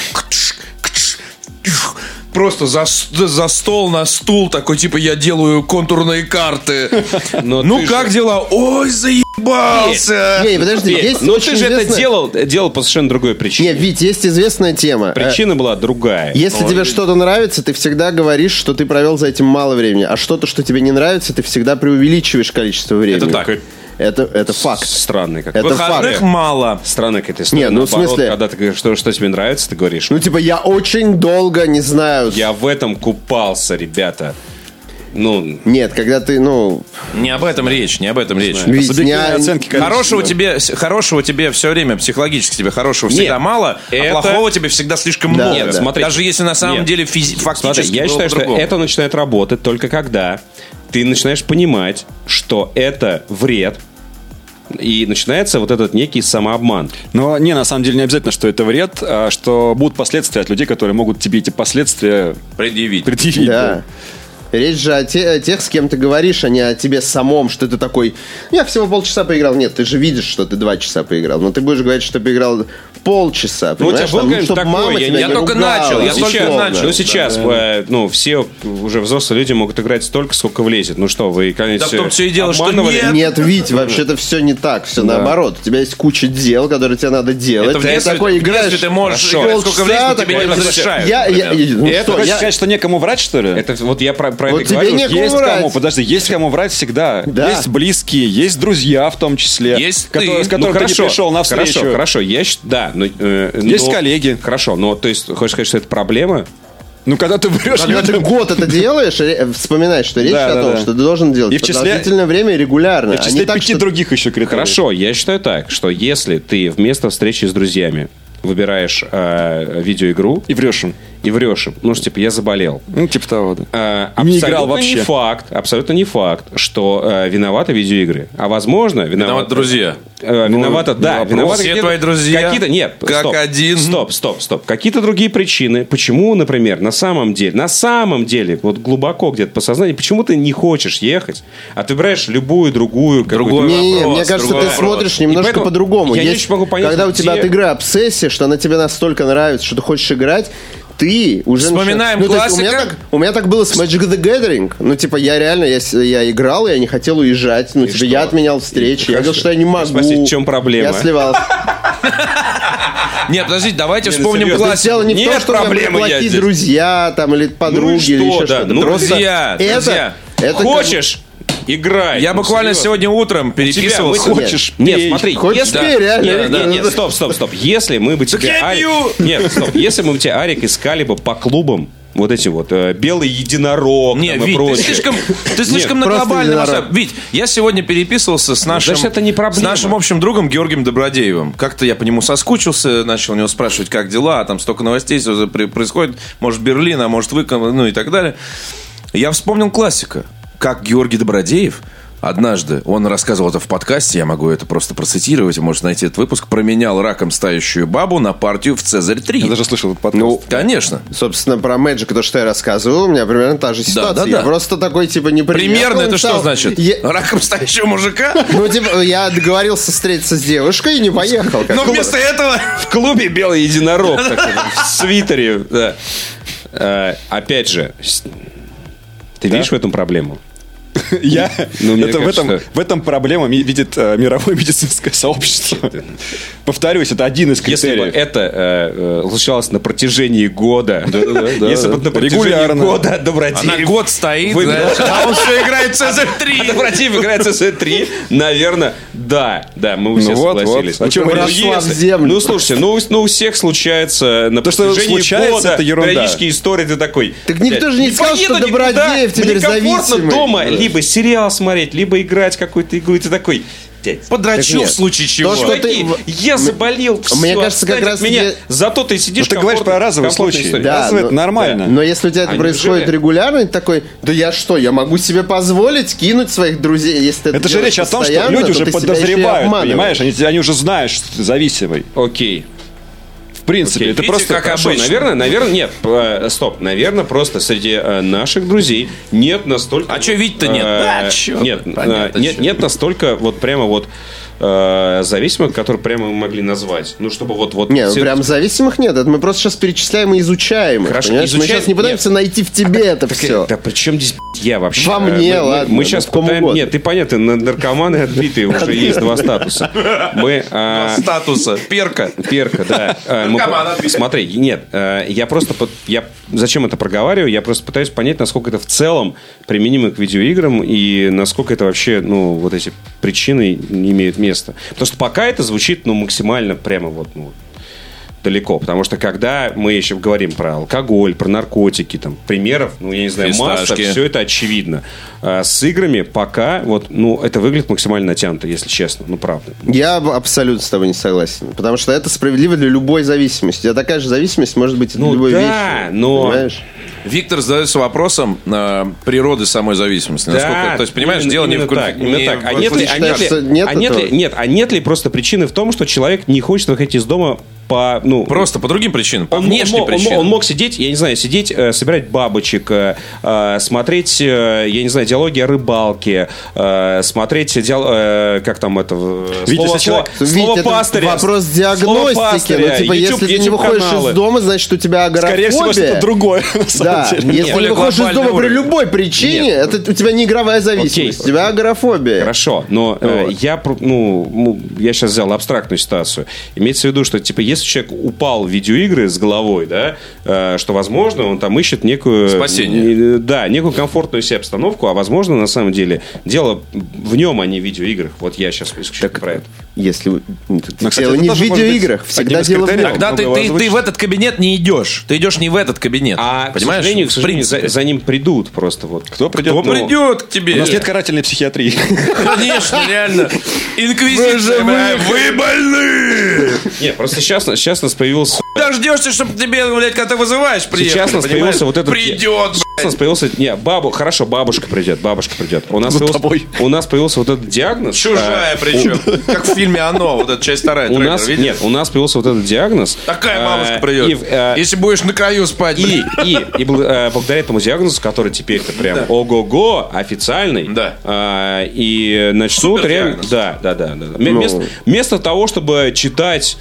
Просто за стол, на стул, такой, типа, я делаю контурные карты. Как дела? Ой, заебался! Не, подожди, есть но ты же это делал по совершенно другой причине. Нет, Вить, есть известная тема. Причина была другая. Если тебе что-то нравится, ты всегда говоришь, что ты провел за этим мало времени. А что-то, что тебе не нравится, ты всегда преувеличиваешь количество времени. Это так. Это факт. Странный как. Это выходных факт. Мало. Странная какая-то история. Нет, в смысле... Когда ты говоришь, что тебе нравится, ты говоришь... типа, я очень долго, не знаю... Я в этом купался, ребята. Нет, когда ты, Не об этом речь. оценки, хорошего тебе все время, психологически тебе хорошего всегда мало, а плохого тебе всегда слишком много. Нет, смотри. Даже если на самом деле фактически я считаю, что это начинает работать только когда ты начинаешь понимать, что это вред И начинается вот этот некий самообман. Но на самом деле не обязательно, что это вред, а что будут последствия от людей, которые могут тебе эти последствия предъявить. Да. Речь же о тех, с кем ты говоришь, а не о тебе самом, что ты такой, я всего полчаса поиграл. Нет, ты же видишь, что ты 2 часа поиграл. Но ты будешь говорить, что ты поиграл полчаса. Ну, у тебя был, конечно, чтобы такое, мама тебя я не только ругала. начал, я только начал. Ну, сейчас, все уже взрослые люди могут играть столько, сколько влезет. Ну что, вы, конечно, Да в том все и дело, что обманывали? Нет, Вить, вообще-то все не так. Все наоборот. У тебя есть куча дел, которые тебе надо делать. Это в Ты детстве, такой играешь. ты можешь Хорошо. играть сколько влезет, но тебе не такой, разрешают. Это хочешь сказать, что некому врать, что ли? Это вот я про Вот это тебе говорю. некому Есть врать. кому, подожди, есть кому врать всегда. Да. Есть близкие, есть друзья в том числе. Есть с которыми ты не пришел на встречу. Хорошо, да. Есть коллеги. Хорошо, но то есть, хочешь сказать, что это проблема? Ну, когда ты врешь Когда ты людям... год это делаешь, вспоминай, что речь о том, что ты должен делать И в числе- продолжительное время и регулярно. И в числе 5 других еще критериев. Хорошо, я считаю так, что если ты вместо встречи с друзьями выбираешь видеоигру И врешь им. и врешь им, ну, что, типа, я заболел. Ну, типа того, да. Абсолютно Не играл вообще. Абсолютно не факт, что виноваты видеоигры. А возможно, Виноваты друзья. Виноваты, да. Виноваты Все какие-то- твои друзья, Какие-то, нет, как стоп, один. Стоп. Какие-то другие причины. Почему, например, на самом деле, вот глубоко где-то по сознанию, почему ты не хочешь ехать, а ты выбираешь любую другую какую-то- Не, вопрос, мне кажется, другой ты вопрос. смотришь немножко поэтому по-другому. я не Есть- очень могу понять, когда у тебя где- от игры обсессия, что она тебе настолько нравится, что ты хочешь играть, ты уже Вспоминаем начинаешь- то есть классика. у меня так было с Magic the Gathering. Ну, типа, я реально, я играл, я не хотел уезжать. Ну, типа, я отменял встречи. Я говорил, что я не могу. Спросить, в чем проблема? Я сливался. Нет, подождите, давайте Не, ну, вспомним серьезно. То есть дело классику. не в том, Нет что у меня были проблемы, я плохие здесь. друзья там, или подруги, что, или еще да, что-то. ну, Просто друзья. это Хочешь? Играй. Я буквально серьезно. сегодня утром переписывался. Мы Хочешь, Нет, пей. смотри, Хочешь, если... пей, реально. Нет, стоп. Если мы бы тебе... я пью! Нет, стоп. Если мы бы тебе, Арик, искали бы по клубам вот эти вот белый единорог Не, там и Вить, прочее. ты слишком на просто глобальном единорог. масштабе. Вить, я сегодня переписывался с нашим, Значит, это не проблема. с нашим общим другом Георгием Добродеевым. Как-то я по нему соскучился, начал у него спрашивать, как дела, а там столько новостей всё происходит, может, Берлин, а может, вы, ну и так далее. Я вспомнил классика, как Георгий Добродеев однажды, он рассказывал это в подкасте, я могу это просто процитировать, вы можете найти этот выпуск, променял раком стающую бабу на партию в Цезарь 3. Я даже слышал этот подкаст. Ну, Конечно. собственно, про Magic, то, что я рассказывал, у меня примерно та же ситуация. да. Я просто такой, типа, не Примерно это что стал. значит? Раком стающего мужика? Ну, типа, я договорился встретиться с девушкой и не поехал. Но вместо этого... В клубе белый единорог такой, в свитере. Да. Опять же, ты видишь в этом проблему? Я... Ну, мне это кажется, в этом проблема видит мировое медицинское сообщество. Повторюсь, это один из Если бы критериев. это случалось на протяжении года, если бы на протяжении Регулярно. года Добродеев... Она год стоит, Выиграл. знаешь, а он все играет в Цезарь 3. А Добродеев играет СС 3, наверное, да, мы все вот, согласились. вот. О чем Ну, речь? если- Росла в землю. Ну, слушайте, у всех случается на То, что протяжении случается, года это ерунда. периодические истории, ты такой... Так никто же не сказал, что поеду Добродеев никуда, теперь мне комфортно зависимый. дома Да. либо сериал смотреть, либо играть какую-то игру, и ты такой... Дядь, Подрачу нет. в случае чего. То, что ты- я заболел, все, Мне кажется, как раз меня. таки- Зато ты сидишь... Ну, ты говоришь про разовый комфортная случай. история. Да. Разовый это нормально. Но если у тебя это А происходит неужели? регулярно, ты такой, да я что, я могу себе позволить кинуть своих друзей, если ты Это же делаешь речь о том, что постоянно, люди то уже ты себя еще и подозревают, обманываешь. понимаешь? Они уже знают, что ты зависимый. Окей. В принципе, Окей, это видите, просто... как Хорошо, обычно. наверное, нет, стоп. Наверное, просто среди наших друзей нет настолько... А чё Вить-то нет? А, чё? Нет, Понятно, чё. нет настолько вот прямо вот зависимых, которые прямо мы могли назвать. Ну, чтобы вот... Не, ну все- прям зависимых нет. Это мы просто сейчас перечисляем и изучаем. их, Хорошо, понимаешь? Мы изучаем- сейчас не пытаемся найти в тебе это все. Да при чем здесь я вообще? Во мне, ладно, Мы ну, сейчас в ком пытаемся... угодно. Нет, ты понятно, наркоманы отбитые, уже есть 2 статуса. Мы... Статуса. Перка. Перка, да. Наркоман отбитый. Смотри, нет, я просто... Зачем это проговариваю? Я просто пытаюсь понять, насколько это в целом применимо к видеоиграм и насколько это вообще, ну, вот эти причины не имеют места. Потому что пока это звучит, ну, максимально прямо вот, ну, далеко. Потому что когда мы еще говорим про алкоголь, про наркотики, там, примеров, ну, я не знаю, масса, все это очевидно. А с играми пока, вот, ну, это выглядит максимально натянуто, если честно, ну, правда. Я абсолютно с тобой не согласен. Потому что это справедливо для любой зависимости. У тебя такая же зависимость может быть от любой вещи. Но... Понимаешь? Виктор задается вопросом природы самой зависимости. Да, то есть, понимаешь, дело не в так. А нет ли просто причины в том, что человек не хочет выходить из дома просто по другим причинам, по внешним причинам. Он мог сидеть, я не знаю, собирать бабочек, смотреть, я не знаю, диалоги о рыбалке, смотреть, как там это, слово пастыря. Вопрос диагностики. Ну, типа, если ты не выходишь из дома, значит, у тебя агорафобия. Скорее всего, что-то другое. Да, если ты выходишь из дома при любой причине, это у тебя не игровая зависимость, у тебя агорафобия. Хорошо, но я сейчас взял абстрактную ситуацию. Имеется в виду, что, типа, если человек упал в видеоигры с головой, да, что, возможно, он там ищет некую... Спасение. Да, некую комфортную себе обстановку, а, возможно, на самом деле, дело в нем, а не в видеоиграх. Вот я сейчас исключительно про это. Если... Дело не в видеоиграх, всегда дело в нем. Тогда ты в этот кабинет не идешь. Ты идешь не в этот кабинет. Понимаешь? К сожалению, за ним придут просто вот. Кто придет? Кто придет к тебе? У нас нет карательной психиатрии. Конечно, реально. Инквизиция, вы больны! Нет, просто сейчас у нас появился... Дождешься, чтобы тебе, блядь, когда ты вызываешь, приехали. Сейчас у нас появился вот этот... Придет, блядь. У нас появился... Не, хорошо, бабушка придет. У нас появился вот этот диагноз. Чужая причем. Как в фильме «Оно», вот эта часть вторая. Нет, у нас появился вот этот диагноз. Такая бабушка придет. Если будешь на краю спать. И благодаря этому диагнозу, который теперь-то прям ого-го, официальный. Да. И начнут реально... Да. Вместо того, чтобы читать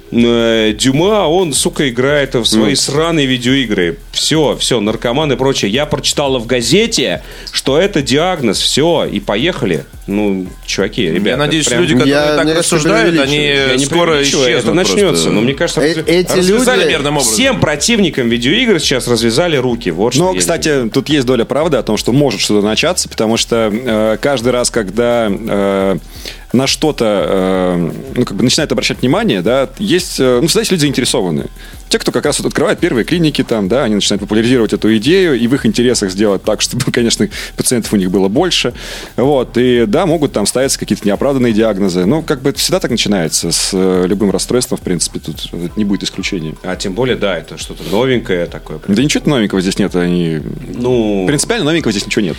Дюма, он, сука, играет в свои сраные видеоигры. Все, наркоман и прочее. Я прочитала в газете, что это диагноз. Все, и поехали. Ну, чуваки, ребята. Я надеюсь, люди, которые так рассуждают, они скоро исчезнут. Это начнется. Но мне кажется, эти люди... Всем противникам видеоигр сейчас развязали руки. Вот но, кстати, тут есть доля правды о том, что может что-то начаться, потому что каждый раз, когда... на что-то начинает обращать внимание, да, есть, всегда есть люди заинтересованные. Те, кто как раз вот открывает первые клиники, там, да, они начинают популяризировать эту идею, и в их интересах сделать так, чтобы, конечно, пациентов у них было больше. Вот, и да, могут там ставиться какие-то неоправданные диагнозы. Ну, как бы это всегда так начинается с любым расстройством, в принципе, тут это не будет исключением. А тем более, да, это что-то новенькое такое. Да ничего новенького здесь нет. Принципиально новенького здесь ничего нет.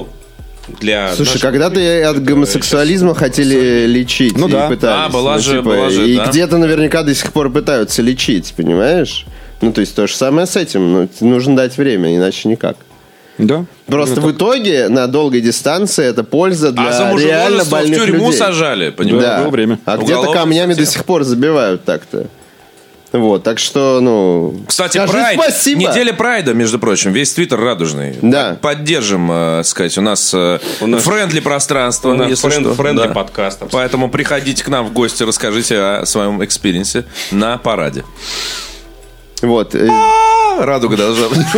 Слушай, когда-то от гомосексуализма хотели лечить. Ну да. Пытались. Была же, и где-то наверняка до сих пор пытаются лечить, понимаешь? Ну, то есть то же самое с этим. Нужно дать время, иначе никак. Да. Просто в итоге на долгой дистанции это польза для реально больных людей. В тюрьму сажали, понимаешь? Да. Было время. А где-то камнями до сих пор забивают так-то. Вот, так что, Кстати, Прайд, неделя Прайда, между прочим, весь твиттер радужный. Да. Поддержим, сказать, у нас френдли пространство. У нас френдли подкаст. Поэтому приходите к нам в гости, расскажите о своем экспириенсе на параде. Вот. Радуга должна быть.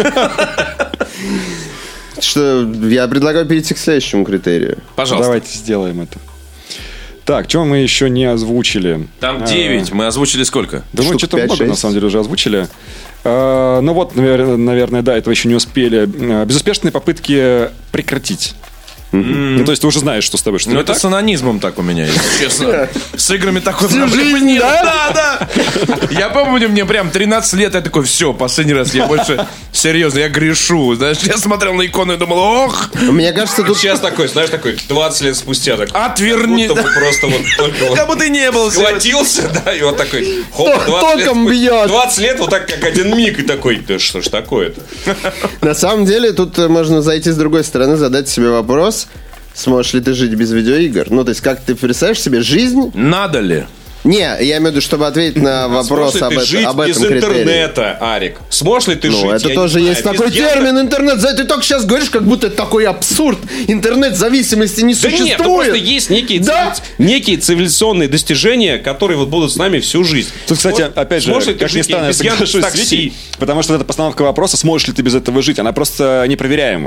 Что, я предлагаю перейти к следующему критерию. Пожалуйста. Давайте сделаем это. Так, что мы еще не озвучили? Там 9. Мы озвучили сколько? Да мы что-то много, на самом деле, уже озвучили. Ну вот, наверное, да, этого еще не успели. Безуспешные попытки прекратить. Ну, то есть ты уже знаешь, что с тобой что-то. Ну, это с анонизмом так у меня, если честно. С играми такой проблемы нет. Да. Я помню, мне прям 13 лет, я такой, все, последний раз, я больше серьезно, я грешу. Знаешь, я смотрел на икону и думал, ох. Мне кажется, тут... Сейчас такой, знаешь, 20 лет спустя. Отверни. Как будто просто вот только... Как будто не был. Схватился, да, и вот такой, хоп, 20 лет, вот так, как один миг, и такой, да что ж такое-то? На самом деле, тут можно зайти с другой стороны, задать себе вопрос, сможешь ли ты жить без видеоигр? Ну, то есть, как ты представляешь себе жизнь? Надо ли? Не, я имею в виду, чтобы ответить на вопрос об этом критерии. Сможешь ли ты жить без интернета, Арик? Сможешь ли ты жить? Ну, это тоже есть такой термин интернет. Ты только сейчас говоришь, как будто это такой абсурд. Интернет-зависимости не существует. Да нет, просто есть некие цивилизационные достижения, которые вот будут с нами всю жизнь. Тут, кстати, опять же, как ни странно, я соглашусь с Витей, потому что эта постановка вопроса, сможешь ли ты без этого жить, она просто непроверяема.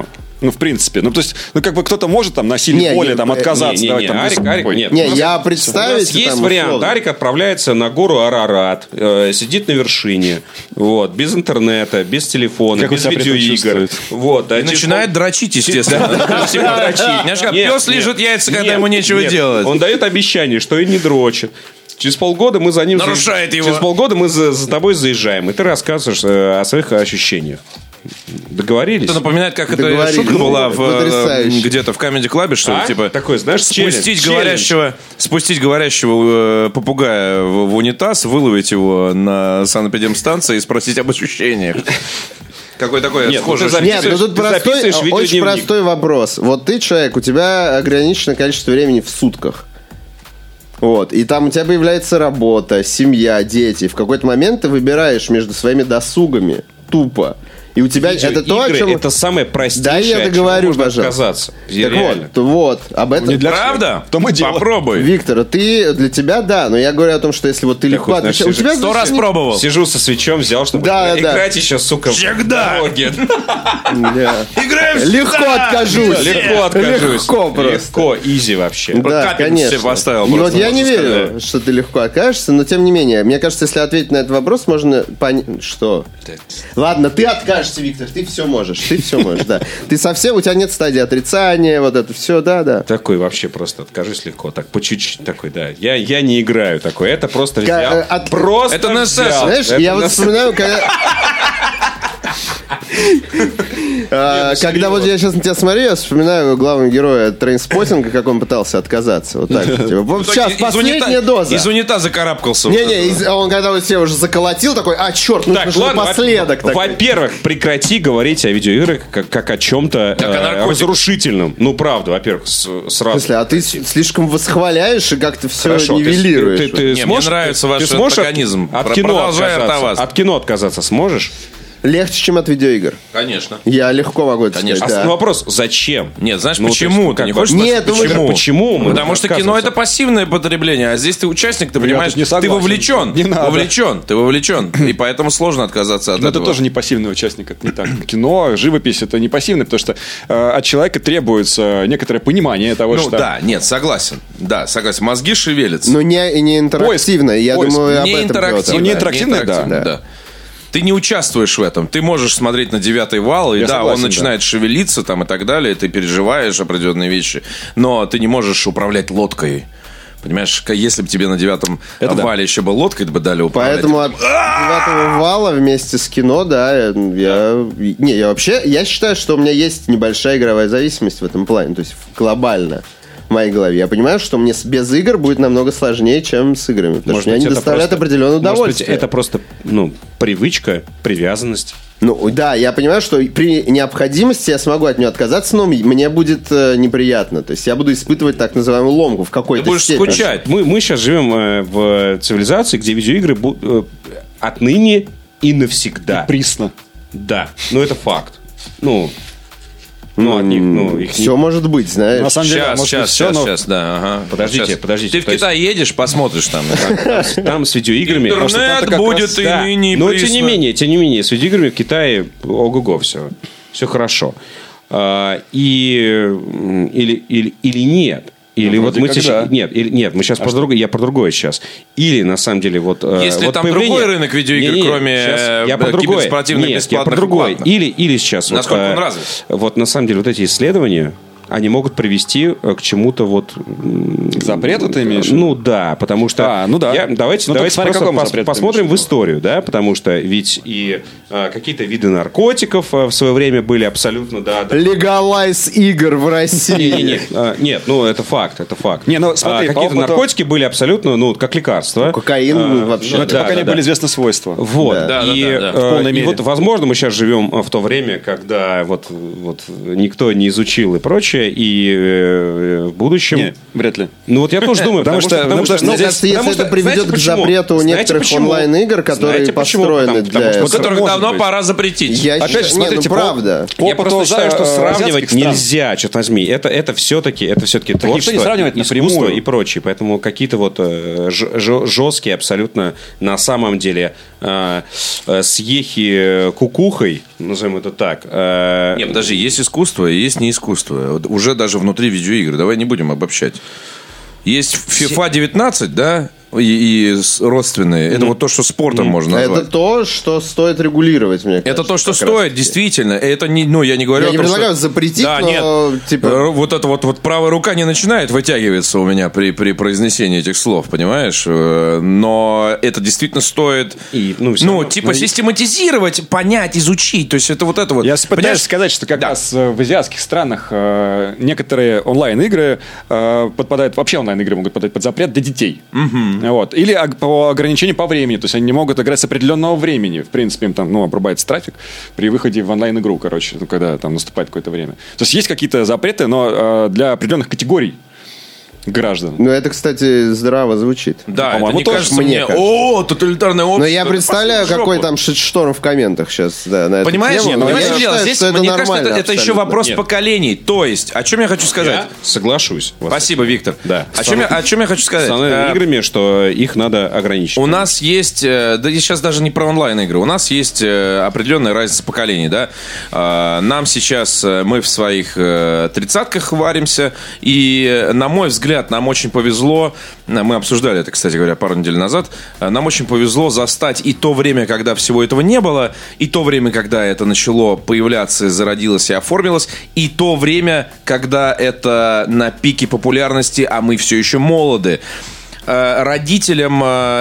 Ну, в принципе. Ну, то есть, ну, как бы кто-то может там на силе воли там отказаться. Арик, нет. Не, я представить... У нас есть вариант. Арик отправляется на гору Арарат, сидит на вершине, вот, без интернета, без телефона, без видеоигр. Вот, и начинает дрочить, естественно. Знаешь, как пес лежит яйца, когда ему нечего делать. Он дает обещание, что и не дрочит. Через полгода мы за ним... Нарушает его. Через полгода мы за тобой заезжаем, и ты рассказываешь о своих ощущениях. Договорились? Это напоминает, как эта шутка была где-то в Comedy Club, что типа такой, знаешь, спустить говорящего попугая в унитаз, выловить его на санэпидемстанции и спросить об ощущениях. Какой такой схожий? Нет, ну тут очень простой вопрос. Вот ты человек, у тебя ограниченное количество времени в сутках. Вот, и там у тебя появляется работа, семья, дети. В какой-то момент ты выбираешь между своими досугами тупо. И у тебя это то, о чем... Это самое простейшее, да, я договорю, пожалуйста. Отказаться. Так вот, об этом... Не для правда? Попробуй. Виктор, для тебя, да, но я говорю о том, что если вот ты легко отвечаешь... У тебя 100 раз пробовал. Сижу со свечом, взял, чтобы играть еще, сука, всегда. Играем легко откажусь. Легко просто. Легко, изи вообще. Да, конечно. Поставил. И вот я не верю, что ты легко окажешься, но тем не менее, мне кажется, если ответить на этот вопрос, можно понять... Что? Ладно, ты откажешься, Виктор, ты все можешь, да. Ты совсем, у тебя нет стадии отрицания, вот это все, да. Такой вообще просто откажись легко, так по чуть-чуть такой, да. Я не играю такой, это просто взял. Просто это взял. Знаешь, я вот вспоминаю, когда вот я сейчас на тебя смотрю, я вспоминаю главного героя Трейнспоттинга, как он пытался отказаться. Вот так. Сейчас последняя доза. Из унитаза карабкался. Не, он когда себя уже заколотил, такой, черт, нужно же напоследок. Во-первых, прекрати говорить о видеоиграх как о чем-то разрушительном. Ну, правда, во-первых, сразу. В смысле, а ты слишком восхваляешь и как-то все нивелируешь. Мне нравится ваш антагонизм. От кино отказаться сможешь? Легче, чем от видеоигр. Конечно. Я легко могу это сказать. Да. Вопрос, зачем? Нет, знаешь, почему? Ты не хочешь спросить, почему? Потому что кино — это пассивное потребление, а здесь ты участник, ты понимаешь, ты вовлечен. Ты вовлечен. И поэтому сложно отказаться от этого. Но это тоже не пассивный участник, это не так. Кино, живопись — это не пассивный, потому что от человека требуется некоторое понимание того, что... Ну да, нет, согласен. Да, согласен. Мозги шевелятся. Но не интерактивно. Я думаю, об этом. Не интерактивно, да. Ты не участвуешь в этом. Ты можешь смотреть на 9-й вал, и он начинает шевелиться там и так далее, ты переживаешь определенные вещи, но ты не можешь управлять лодкой. Понимаешь, если бы тебе на 9-м вале еще бы лодкой бы дали управлять. Поэтому от 9-го вала вместе с кино, я считаю, что у меня есть небольшая игровая зависимость в этом плане, то есть глобально. В моей голове. Я понимаю, что мне без игр будет намного сложнее, чем с играми. Потому что они доставляют определенное удовольствие. Может быть, это просто привычка, привязанность. Ну, да, я понимаю, что при необходимости я смогу от нее отказаться, но мне будет неприятно. То есть я буду испытывать так называемую ломку в какой-то степени. Ты будешь скучать. Мы сейчас живем в цивилизации, где видеоигры будут отныне и навсегда. И присно. Да, но это факт. Их все может быть, знаешь. На самом деле, сейчас, да. Ага. Подождите. Ты в Китай едешь, посмотришь там. Там с видеоиграми... Интернет будет и ныне, и но присно. тем не менее, с видеоиграми в Китае ого-го все хорошо. Или нет. Или вот мы сейчас... Нет, мы сейчас я про другое сейчас. Или, на самом деле, если там другой рынок видеоигр, кроме киберспортивных бесплатных. Я про другое. Или сейчас... Насколько он развит? Вот, на самом деле, вот эти исследования... Они могут привести к чему-то К запрету ты имеешь? Ну да, потому что... Давайте просто посмотрим в историю, да, потому что ведь и какие-то виды наркотиков в свое время были абсолютно... Легалайз игр в России. Нет, это факт. Смотри, какие-то наркотики были абсолютно, как лекарства. Кокаин вообще. Пока не были известны свойства. Вот. И вот, возможно, мы сейчас живем в то время, когда вот никто не изучил и прочее, и в будущем... Нет, вряд ли. Я тоже думаю, потому что если это приведет к запрету некоторых онлайн-игр, которые построены для этого. Которых давно пора запретить. Опять же, смотрите, правда. Я просто считаю, что сравнивать нельзя, черт возьми. Это все-таки творчество, искусство и прочее. Поэтому какие-то жесткие абсолютно на самом деле съехи кукухой, назовем это так. Не, подожди, есть искусство и есть не искусство. Вот уже даже внутри видеоигр. Давай не будем обобщать. Есть FIFA 19, да? И родственные. Это вот то, что спортом можно назвать. Это то, что стоит регулировать, мне кажется. Это то, что стоит, действительно. Это не, ну, я не говорю Я о не том, предлагаю что... запретить, да, но нет. типа... Вот эта вот правая рука не начинает вытягиваться у меня при произнесении этих слов, понимаешь? Но это действительно стоит, систематизировать, понять, изучить. То есть это вот это вот. Я пытаюсь сказать, что как раз в азиатских странах некоторые онлайн-игры подпадают, вообще онлайн-игры могут подать под запрет для детей. Вот. Или по ограничению по времени. То есть они не могут играть с определенного времени. В принципе, им там, обрубается трафик при выходе в онлайн-игру, когда там наступает какое-то время. То есть есть какие-то запреты, но для определенных категорий граждан. Ну, это, кстати, здраво звучит. Да, по-моему, это не кажется мне, тоталитарное общество. Но я представляю, какой там шторм в комментах сейчас, да, на эту понимаешь, тему. понимаешь, я дело? считаю, Здесь, что мне нормально, кажется, это еще вопрос поколений. То есть, о чем я хочу сказать? Я соглашусь. Спасибо, Виктор. Да. О чем я хочу сказать? С онлайн-играми, что их надо ограничить. У нас есть, да я сейчас даже не про онлайн-игры, у нас есть определенная разница поколений, да. Нам сейчас, мы в своих 30-ках варимся, и, на мой взгляд, нам очень повезло, мы обсуждали это, кстати говоря, пару недель назад, нам очень повезло застать и то время, когда всего этого не было, и то время, когда это начало появляться, зародилось и оформилось, и то время, когда это на пике популярности, а мы все еще молоды. Родителям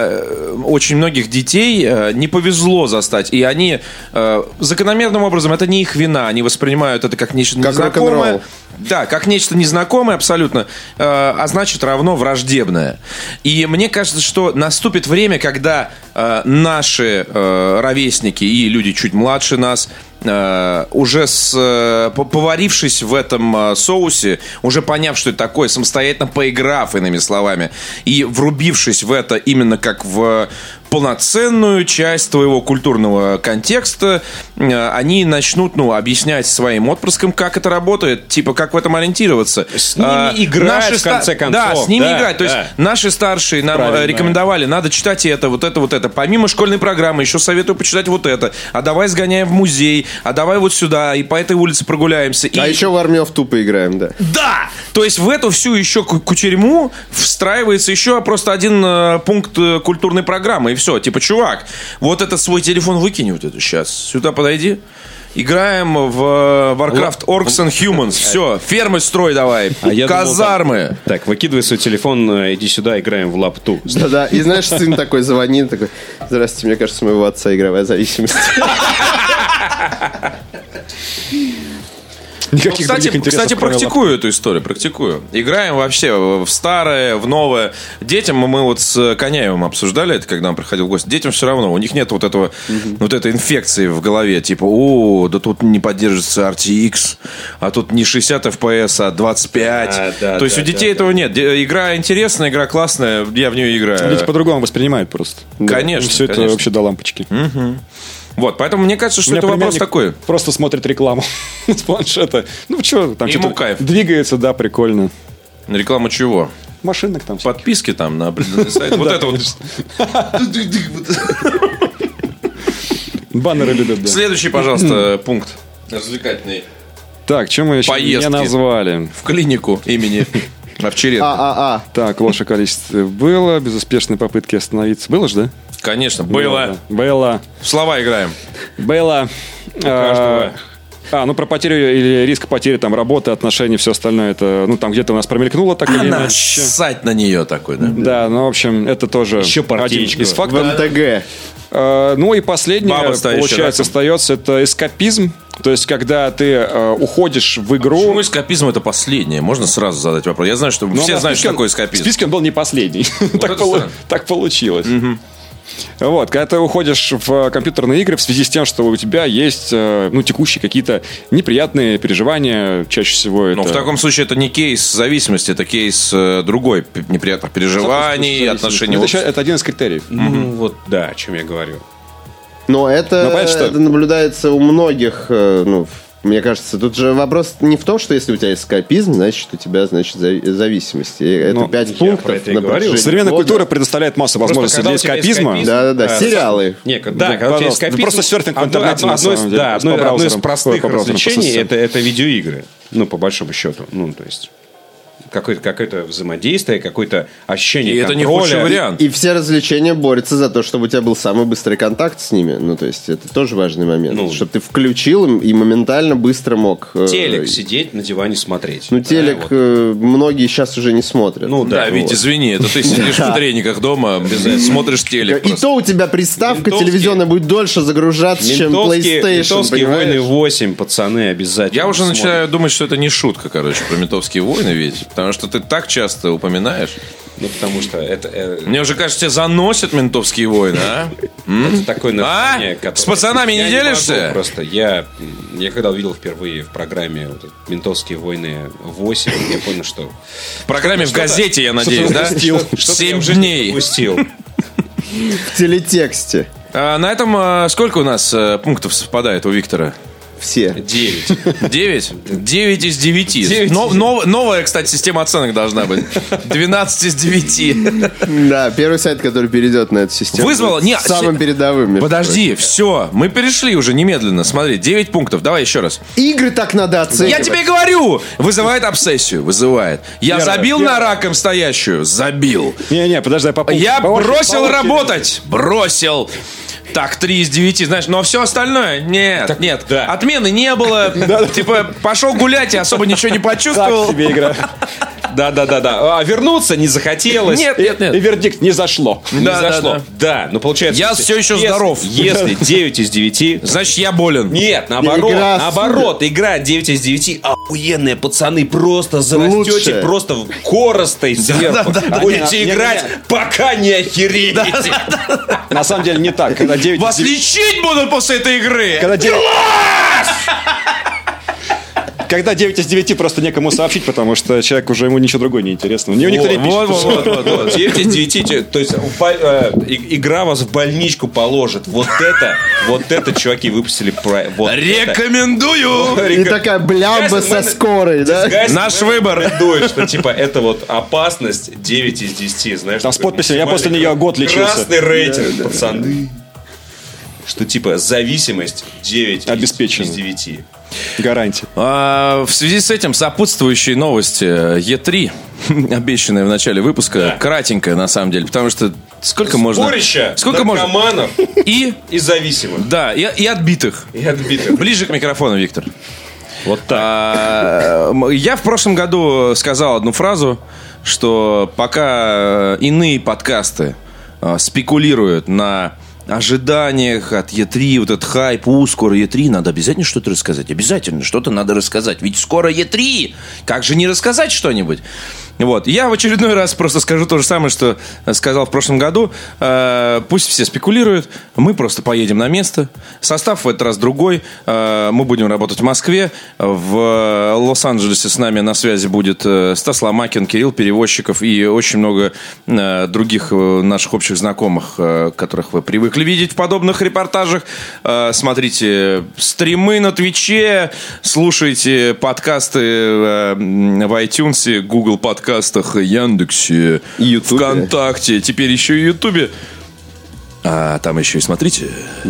очень многих детей не повезло застать. И они закономерным образом, это не их вина. Они воспринимают это как нечто незнакомое. Да, как нечто незнакомое абсолютно, а значит равно враждебное. И мне кажется, что наступит время, когда наши ровесники и люди чуть младше нас, уже поварившись в этом соусе, уже поняв, что это такое, самостоятельно поиграв, иными словами, и врубившись в это именно как в полноценную часть твоего культурного контекста, они начнут, объяснять своим отпрыскам, как это работает, типа, как в этом ориентироваться. С ними играть, в конце концов. Да, с ними играть. То есть наши старшие нам рекомендовали, надо читать это, вот это, вот это. Помимо школьной программы, еще советую почитать вот это. А давай сгоняем в музей, а давай вот сюда, и по этой улице прогуляемся. А еще в армию в тупо играем, да. Да! То есть в эту всю еще кучерьму встраивается еще просто один пункт культурной программы, и все. Типа, чувак, вот этот свой телефон выкинь вот это сейчас. Сюда подойди. Играем в Warcraft Orcs and Humans. Все, фермы строй давай. Казармы. Так, выкидывай свой телефон, иди сюда, играем в лапту. Да-да, и знаешь, сын такой звонит, такой: здравствуйте, мне кажется, у моего отца игровая зависимость. Кстати, практикую эту историю, практикую. Играем вообще в старое, в новое. Детям мы вот с Коняевым обсуждали это, когда он приходил в гости. Детям все равно, у них нет вот этого, вот этой инфекции в голове, типа, да тут не поддерживается RTX, а тут не 60 FPS, а 25. То есть у детей этого нет. Игра интересная, игра классная, я в нее играю. Дети по-другому воспринимают просто. Конечно. Все это вообще до лампочки. Вот, поэтому мне кажется, что это вопрос такой. Просто смотрит рекламу с планшета. Что там? Ему кайф. Двигается, да, прикольно. Рекламу чего? Машинок там. Подписки там на определенный сайт. Вот это вот. Баннеры любят, да. Следующий, пожалуйста, пункт развлекательный. Так, чем мы еще не назвали? В клинику имени Овчаренко. Так, ложное количество было. Безуспешные попытки остановиться. Было же, да? Конечно, было. В слова играем. Было. Про потерю или риск потери там работы, отношений, все остальное, это, там где-то у нас промелькнуло так или иначе. Ссать на нее такой, да? Да, в общем, это тоже еще один из факторов. В МТГ. И последнее, получается, остается, это эскапизм. То есть, когда ты уходишь в игру... Почему эскапизм это последнее? Можно сразу задать вопрос. Я знаю, что все знают, что такое эскапизм. В списке он был не последний. Так получилось. Вот, когда ты уходишь в компьютерные игры в связи с тем, что у тебя есть текущие какие-то неприятные переживания, чаще всего это... Но в таком случае это не кейс зависимости, это кейс другой неприятных переживаний, отношений... Это один из критериев. Вот, да, о чем я говорю. Но это наблюдается у многих Мне кажется, тут же вопрос не в том, что если у тебя эскапизм, значит, у тебя, значит, зависимость. И это 5 пунктов на протяжении Современная года. культура предоставляет массу возможностей для эскапизма. Да-да-да, сериалы. Да, когда у тебя эскапизм... Просто серфинг в интернете, на самом деле. Одно из простых по браузерам, развлечений это видеоигры. Ну, по большому счету. Ну, то есть... Какое-то взаимодействие, какое-то ощущение И контроля. это не худший вариант. И все развлечения борются за то, чтобы у тебя был самый быстрый контакт с ними. Ну, то есть, это тоже важный момент. Ну, чтобы ты включил им и моментально быстро мог... Телек сидеть, на диване смотреть. Ну, телек многие сейчас уже не смотрят. Ну, Да, Вить, извини, это ты сидишь в трениках дома, смотришь телек. И то у тебя приставка Ментовские- телевизионная будет дольше загружаться, чем PlayStation. Ментовские понимаешь? войны 8, пацаны, обязательно. Я уже смотрят. начинаю думать, что это не шутка, короче, про ментовские войны, ведь. Потому что ты так часто упоминаешь. Ну, потому что это... Мне уже кажется, тебя заносят ментовские войны, а? Это такое настроение, которое... С пацанами Я не делишься? могу просто. Я когда увидел впервые в программе вот эти «Ментовские войны 8», я понял, что... В программе в газете, я надеюсь, да? 7 дней. Упустил. В телетексте. На этом сколько у нас пунктов совпадает у Виктора? Все. 9. 9? 9 из 9. 9 из Новая, кстати, система оценок должна быть. 12 из 9. Да, первый сайт, который перейдет на эту систему. Вызвало? будет самым передовым. между Подожди, все, мы перешли уже немедленно. Смотри, 9 пунктов. Давай еще раз. прочим. Игры так надо оценивать. Я тебе и говорю, вызывает обсессию, вызывает. Я забил на раком стоящую, забил. Не-не, подожди, Я бросил работать, бросил. Так, 3 из 9, знаешь, но все остальное, нет, нет, да. отмены не было, типа, пошел гулять и особо ничего не почувствовал. Так себе игра. Да. А вернуться не захотелось. Нет. И вердикт не зашло. Не Да, зашло. Да, ну получается... Я все еще здоров. Если 9 из 9... Значит, я болен. Нет, наоборот, Игра наоборот, игра 9 из 9 охуенная, пацаны, просто зарастете, Лучшая. просто коростой сверху. Будете играть, пока не охереете. На самом деле не так. Когда 9 Вас лечить будут после этой игры. Когда 9 из 9 просто некому сообщить, потому что человек уже ему ничего другое не интересно. Никто не пишет. Вот. 9 из 9, то есть игра вас в больничку положит. Вот это, чуваки, выпустили. Вот это. Рекомендую. И такая блямба со скорой, да? Наш выбор. Рекомендует, что типа это вот опасность 9 из 10, знаешь. Там с такой подписью, я после максимальный нее год лечился. Красный рейтинг, пацаны. Что типа зависимость 9 Обеспечена. из 9. Гарантия. В связи с этим сопутствующие новости E3, обещанные в начале выпуска, кратенькая на самом деле, потому что сколько можно... Сборище Сколько можно? наркоманов И зависимых. Да, и отбитых. И отбитых. Ближе к микрофону, Виктор. Вот так. Я в прошлом году сказал одну фразу, что пока иные подкасты спекулируют на ожиданиях от E3, вот этот хайп, скоро E3, надо обязательно что-то рассказать. Обязательно что-то надо рассказать. Ведь скоро E3! Как же не рассказать что-нибудь? Вот. Я в очередной раз просто скажу то же самое, что сказал в прошлом году. Пусть все спекулируют. Мы просто поедем на место. Состав в этот раз другой. Мы будем работать в Москве. В Лос-Анджелесе с нами на связи будет Стас Ломакин, Кирилл Перевозчиков и очень много других наших общих знакомых, которых вы привыкли видеть в подобных репортажах. Смотрите стримы на Твиче, слушайте подкасты в iTunes, Google подкастах, Яндексе, Ютубе. ВКонтакте, теперь еще и Ютубе. А там еще и смотрите.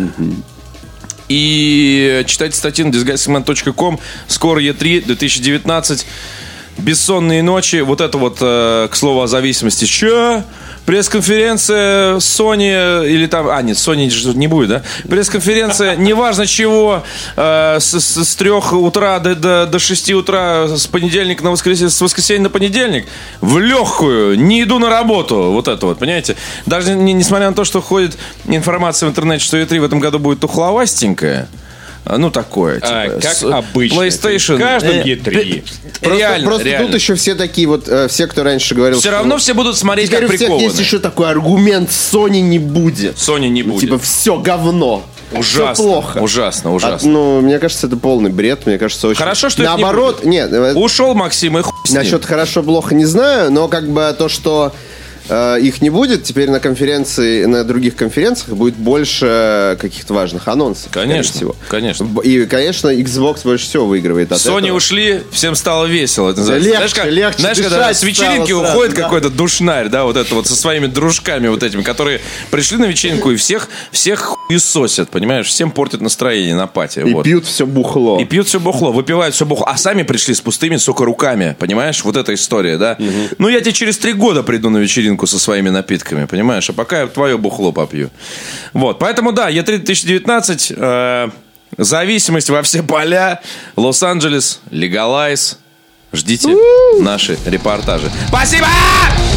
И читайте статьи на disguisesegment.com. Скоро E3 2019. Бессонные ночи. Вот это вот, к слову о зависимости. Че? Пресс-конференция Sony или там... нет, Sony же не будет, да? Пресс-конференция, неважно чего, с 3 утра до 6 утра, с понедельника на воскресенье, с воскресенья на понедельник, в легкую, не иду на работу. Вот это вот, понимаете? Даже несмотря на то, что ходит информация в интернете, что E3 в этом году будет тухловастенькая. Ну, такое, типа. Как обычно. PlayStation. В каждом E3. Просто тут еще все такие вот, все, кто раньше говорил... Все равно все будут смотреть Теперь как у всех прикованные. есть еще такой аргумент: Sony не будет. Sony не будет. Типа, все говно. Ужасно. Все плохо. Ужасно. Мне кажется, это полный бред. Мне кажется, очень... Хорошо, что это не наоборот, нет. Ушел Максим и хуй с ним. Насчет хорошо-плохо не знаю, но как бы то, что их не будет. Теперь на других конференциях будет больше каких-то важных анонсов. Конечно, всего. конечно. И, конечно, Xbox больше всего выигрывает от Sony этого. ушли, всем стало весело. Это Легче знаешь, когда с вечеринки стало уходит сразу, какой-то душнарь, да, вот это вот со своими дружками вот этими, которые пришли на вечеринку и всех хуесосят, понимаешь, всем портят настроение на пати. И пьют все бухло. И пьют все бухло, выпивают все бухло, а сами пришли с пустыми, сука, руками, понимаешь, вот эта история, да. Ну, я тебе через 3 года приду на вечеринку со своими напитками, понимаешь, а пока я твое бухло попью. Вот, поэтому, да, E3 2019, зависимость во все поля, Лос-Анджелес, легалайз. Ждите наши репортажи. Спасибо!